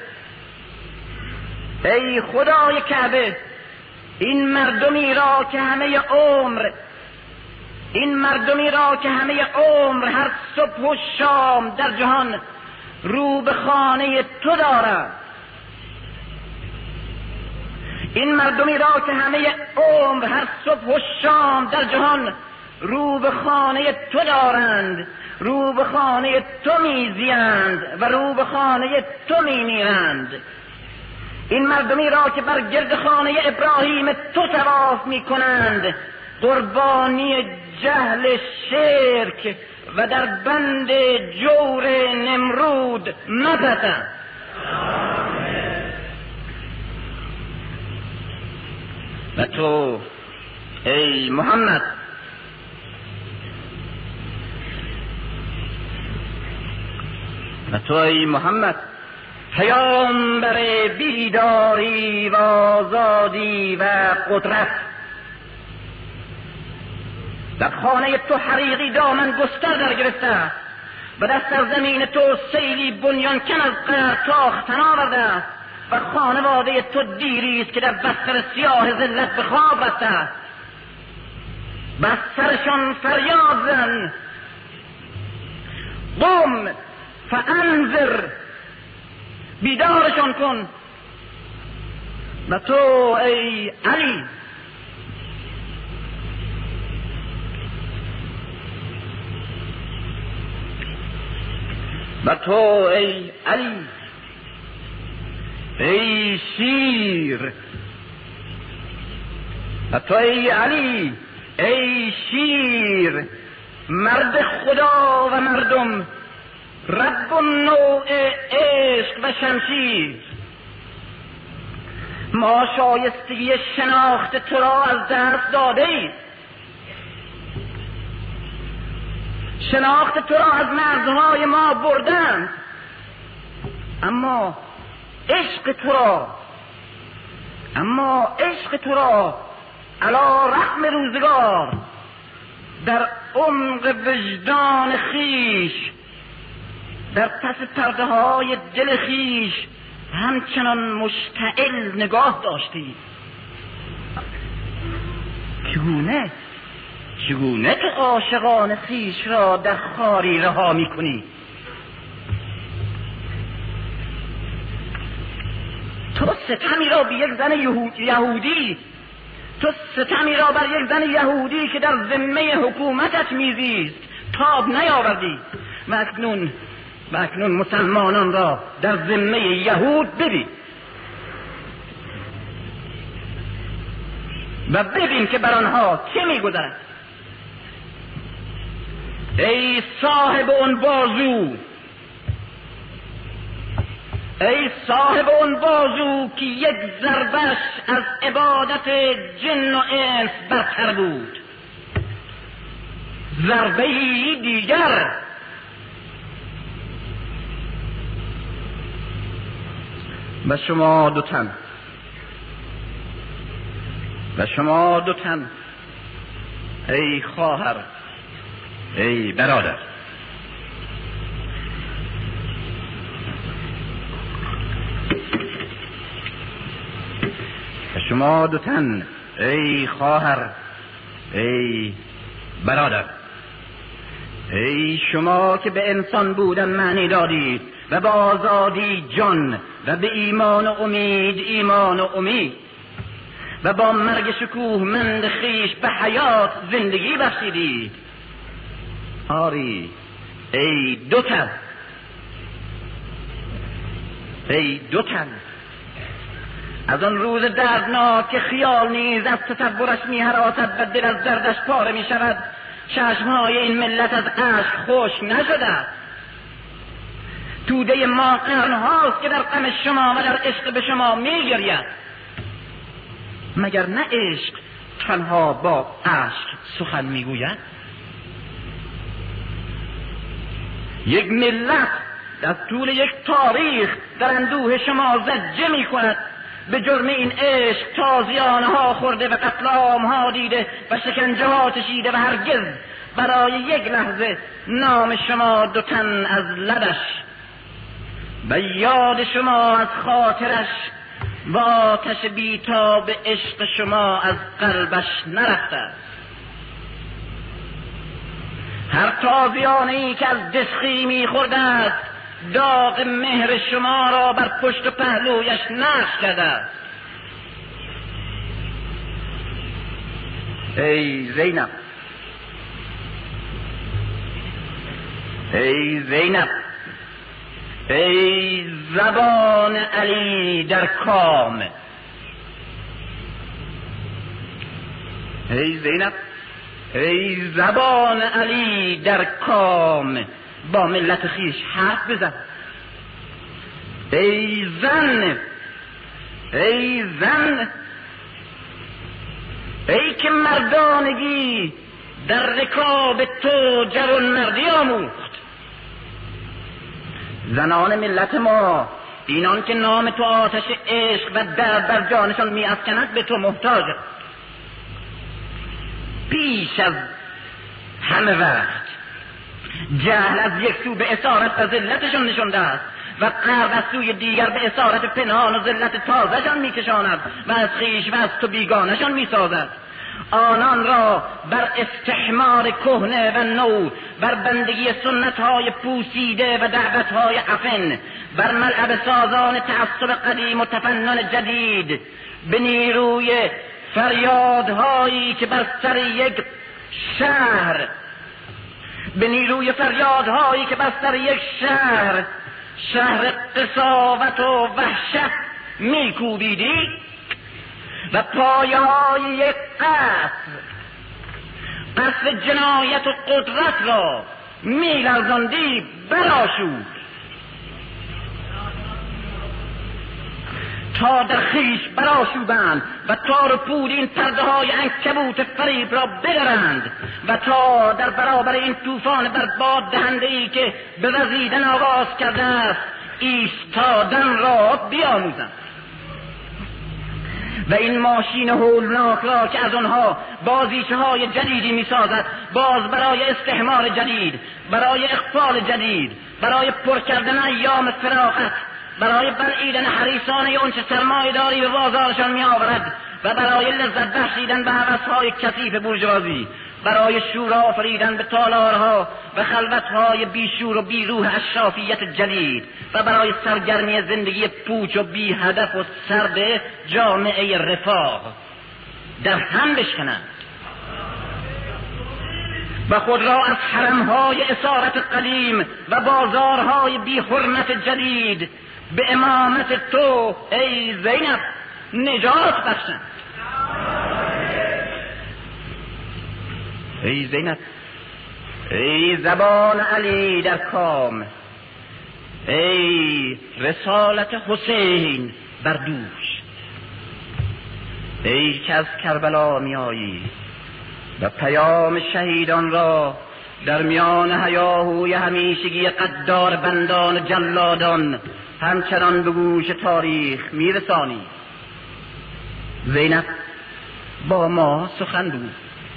Speaker 1: ای خدای کعبه، این مردمی را که همه عمر این مردمی را که همه عمر هر صبح و شام در جهان رو به خانه تو دارند، این مردمی را که همه عمر هر صبح و شام در جهان رو به خانه تو دارند، رو به خانه تو میزیند و رو به خانه تو میمیرند، این مردمی را که بر گرد خانه ابراهیم تو طواف میکنند، قربانی جهل شرک و در بند جور نمرود مپسند. و تو ای محمد و تو ای محمد پیامبر بیداری و آزادی و قدرت، در خانه تو حریقی دامن گستر در گرفته و در سرزمین تو سیلی بنیان کن از قهر تاختن آورده و خانواده تو دیری است که در بستر سیاه ذلت به خواب رفته. بر سرشان فریاد زن، قم فانذر، بیدارشان کن. و تو ای علی و تو ای علی ای شیر و تو ای علی ای شیر، مرد خدا و مردم رب النوع عشق و شمشیر، ما شایستگی شناخت تو را از دست داده ایم، شناخت تو را از مرزهای ما بردند، اما عشق تو را اما عشق تو را علی رغم روزگار در عمق وجدان خیش، در پس پرده های دل خیش همچنان مشتعل نگاه داشتی. چگونه چگونه که عاشقان خیش را در خاری رها می‌کنی؟ تو ستمی را به یک زن یهودی تو ستمی را بر یک زن یهودی که در ذمه حکومتت میزیست تاب نیاوردی و اکنون و اکنون مسلمانان را در ذمه یهود ببین و ببین که بر آنها چه میگذرد. ای صاحب اون بازو ای صاحب اون بازو که یک ضربش از عبادت جن و انس برتر بود، ضربه‌ای دیگر و شما دو تن و شما دو تن ای خواهر، ای برادر، شما دو تن ای خواهر، ای برادر، ای شما که به انسان بودن معنی دادید و به آزادی جان و به ایمان و امید ایمان و امید و با مرگ شکوه مند خیش به حیات زندگی بخشیدید. آری ای دو تن ای دو تن از آن روز دردناک که خیال نیز از تصورش می هراسد و دل از دردش پاره می شود، چشمهای این ملت از اشک خشک نشده. توده ما قرنهاست که در غم شما و در عشق به شما می گرید. مگر نه عشق تنها با اشک سخن می گوید؟ یک ملت در طول یک تاریخ در اندوه شما زجه می کند، به جرم این عشق تازیانه ها خورده و قتل عام ها دیده و شکنجه ها کشیده و هرگز برای یک لحظه نام شما دو تن از لبش و یاد شما از خاطرش و آتش بیتاب عشق شما از قلبش نرفته است. هر تازیانه ای که از دسخی میخورده است داغ مهر شما را بر پشت و پهلویش نقش کرده است. ای زینب، ای زینب، ای زبان علی در کام، ای زینب، ای زبان علی در کام، با ملت خیش حرف بزن. ای زن، ای زن، ای که مردانگی در رکاب تو جوان مردی آموخت. زنان ملت ما، اینان که نام تو آتش عشق و درد بر جانشان می افکند، به تو محتاج. پیش از همه وقت جهل از یک سو به اسارت و ذلتشان نشانده است و غرب از سوی دیگر به اسارت پنهان و ذلت تازهشان میکشاند و از خویش و از تو بیگانشان میسازد. آنان را بر استحمار کهنه و نو، بر بندگی سنت‌های پوسیده و دعوت‌های عفن، بر ملعب سازان تعصب قدیم و تفنن جدید، به نیروی فریادهایی که بر سر یک شهر به نیروی فریادهایی که بر سر یک شهر شهر قساوت و وحشت میکوبیدی و پایه های یک قصر قصر جنایت و قدرت را میلرزاندی برآشود، تا در خویش برآشوبند و تار و پود این پرده های عنکبوت فریب را بدرند و تا در برابر این طوفان برباد دهنده ای که به وزیدن آغاز کرده است ایستادن را بیاموزند و این ماشین هولناک را که از آنها بازیچه های جدیدی می سازد، باز برای استحمار جدید، برای اقفال جدید، برای پر کردن ایام فراغت، برای بلعیدن حریصانه اون چه سرمایه داری به بازارشان می آورد و برای لذت بخشیدن به هوس‌های کثیف بورژوازی، برای شور آفریدن به تالارها و خلوت‌های بیشور و بیروح اشرافیت جدید و برای سرگرمی زندگی پوچ و بی هدف و سرد جامعه رفاه در هم بشکنند و خود را از حرم‌های اسارت قدیم و بازارهای بی حرمت جدید به امامت تو ای زینب نجات بخشند. ای زینب، ای زبان علی در کام، ای رسالت حسین بر دوش، ای که از کربلا می آیی و پیام شهیدان را در میان هیاهوی همیشگی قدار بندان جلادان همچنان به گوش تاریخ می رسانی. زینب با ما سخن بگو.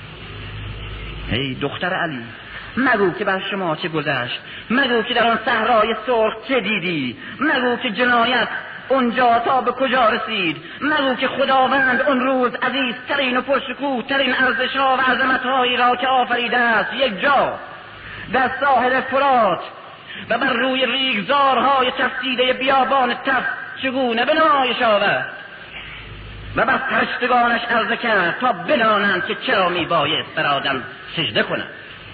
Speaker 1: ای دختر علی، مگو که بر شما چه گذشت، مگو که در آن صحرای سرخ چه دیدی، مگو که جنایت اونجا تا به کجا رسید، مگو که خداوند اون روز عزیزترین و پرشکوه ترین ارزش‌ها و عظمت‌هایی را که آفریده است یک جا در ساحل فرات و بر روی ریگزارهای تفسیده بیابان تف چگونه به نمایش آورد و بر فرشتگانش عرضه کرد تا بدانند که چرا می بایست بر آدم سجده کنند.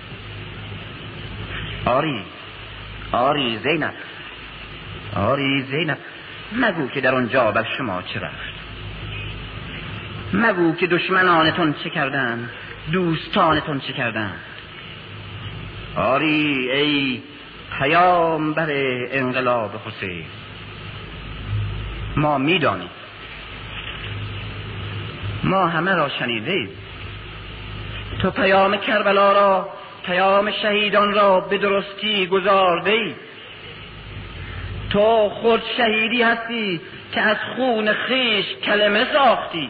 Speaker 1: آری آری زینب، آری زینب، مگو که در آنجا بر شما چه رفت، مگو که دشمنانتون چه کردند، دوستانتون چه کردند. آری ای پیامبر انقلاب حسین، ما میدانیم، ما همه را شنیدیم، تو پیام کربلا را، پیام شهیدان را به درستی گزاردی. تو خود شهیدی هستی که از خون خویش کلمه ساختی،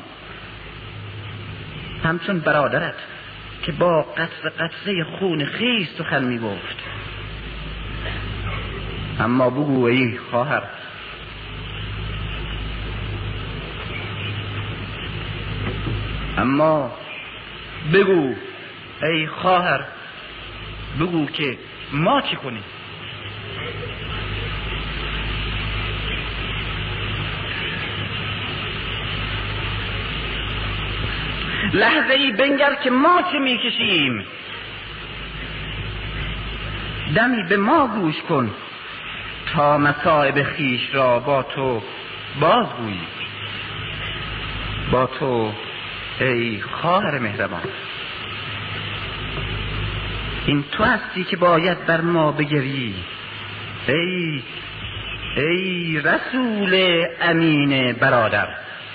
Speaker 1: همچون برادرت که با قطره قطره خون خویش سخن می گفت. اما بگو ای خواهر، اما بگو ای خواهر، بگو که ما چی کنیم؟ لحظه ای بنگر که ما چه میکشیم، دمی به ما گوش کن تا مصائب خیش را با تو بازگویی. با تو ای خواهر مهربان، این تو هستی که باید بر ما بگری. ای ای رسول امین برادر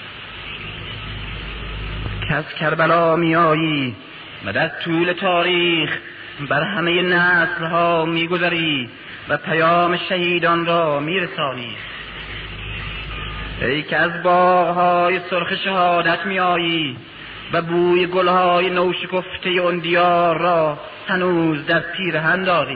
Speaker 1: که از کربلا می آیی و در طول تاریخ بر همه نسل ها می گذری و پیام شهیدان را می رسانی. ای که از باغهای سرخ شهادت می آیی و بوی گلهای نوشکفته اون دیار را هنوز در پیرهن داری.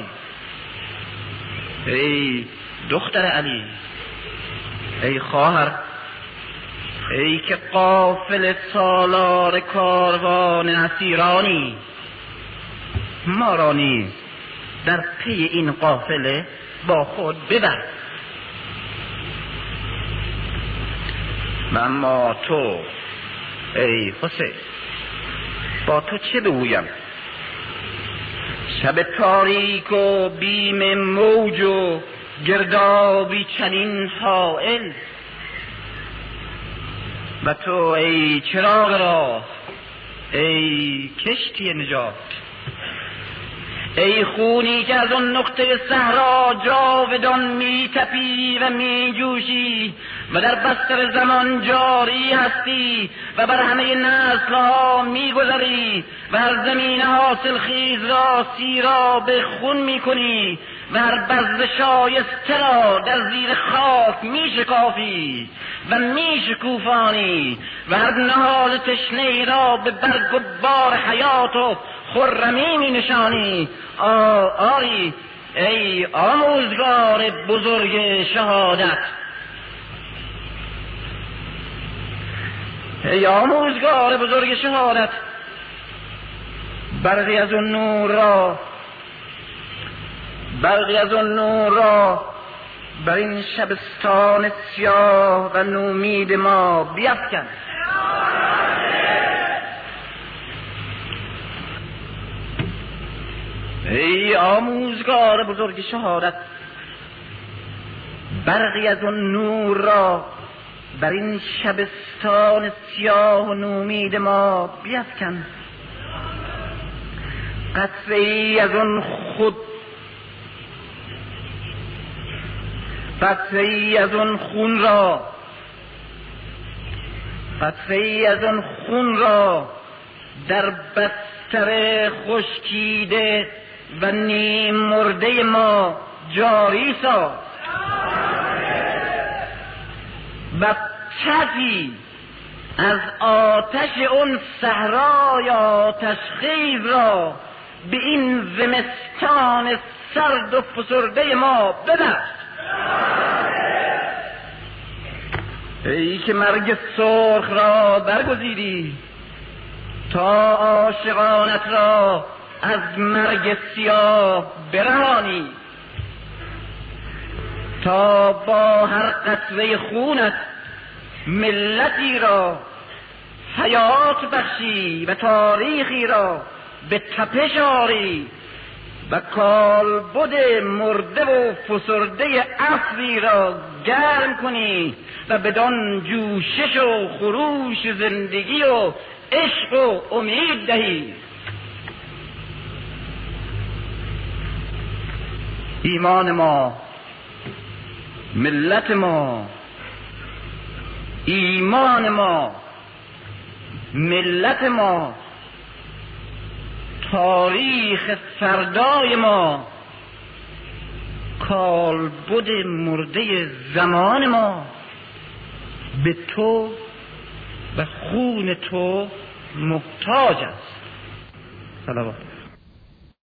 Speaker 1: ای دختر علی، ای خواهر، ای که قافل سالار کاروان اسیرانی، ما را نیز در پی این قافله با خود ببر. و اما تو ای حسین، با تو چه بگویم؟ شب تاریک و بیم موج و گردابی چنین حائل، و تو ای چراغ راه، ای کشتی نجات، ای خونی که از اون نقطه صحرا جاودان می تپی و می جوشی و در بستر زمان جاری هستی و بر همه نسل‌ها می گذری و هر زمین حاصل خیز را سیرا به خون می کنی و هر بذر شایسته را در زیر خاک می شکافی و می شکوفانی و هر نهال تشنه را به برگ و بار حیات و خرمی می نشانی. آری ای آموزگار بزرگ شهادت، ای آموزگار بزرگ شهادت، برقی از اون نور را برقی از اون نور را بر این شبستان سیاه و نومید ما بیفکن. ای آموزگار بزرگ شهادت، برقی از اون نور را بر این شبستان سیاه و نومید ما بیفکن. قطره ای از اون خود قطره ای از اون خون را قطره ای از اون خون را در بستر خشکیده و نیم مرده ما جاری ساز و تفی از آتش اون صحرای آتشخیز را به این زمستان سرد و فسرده ما ببخش. ای که مرگ سرخ را برگزیدی تا عاشقانت را از مرگ سیاه برهانی، تا با هر قطره خونت ملتی را حیات بخشی و تاریخی را به تپش آری و کالبد مرده و فسرده عصری را گرم کنی و بدان جوشش و خروش زندگی و عشق و امید دهی. ایمان ما، ملت ما، ایمان ما، ملت ما، تاریخ فردای ما، کالبد مرده زمان ما به تو و خون تو محتاج است. صلوات.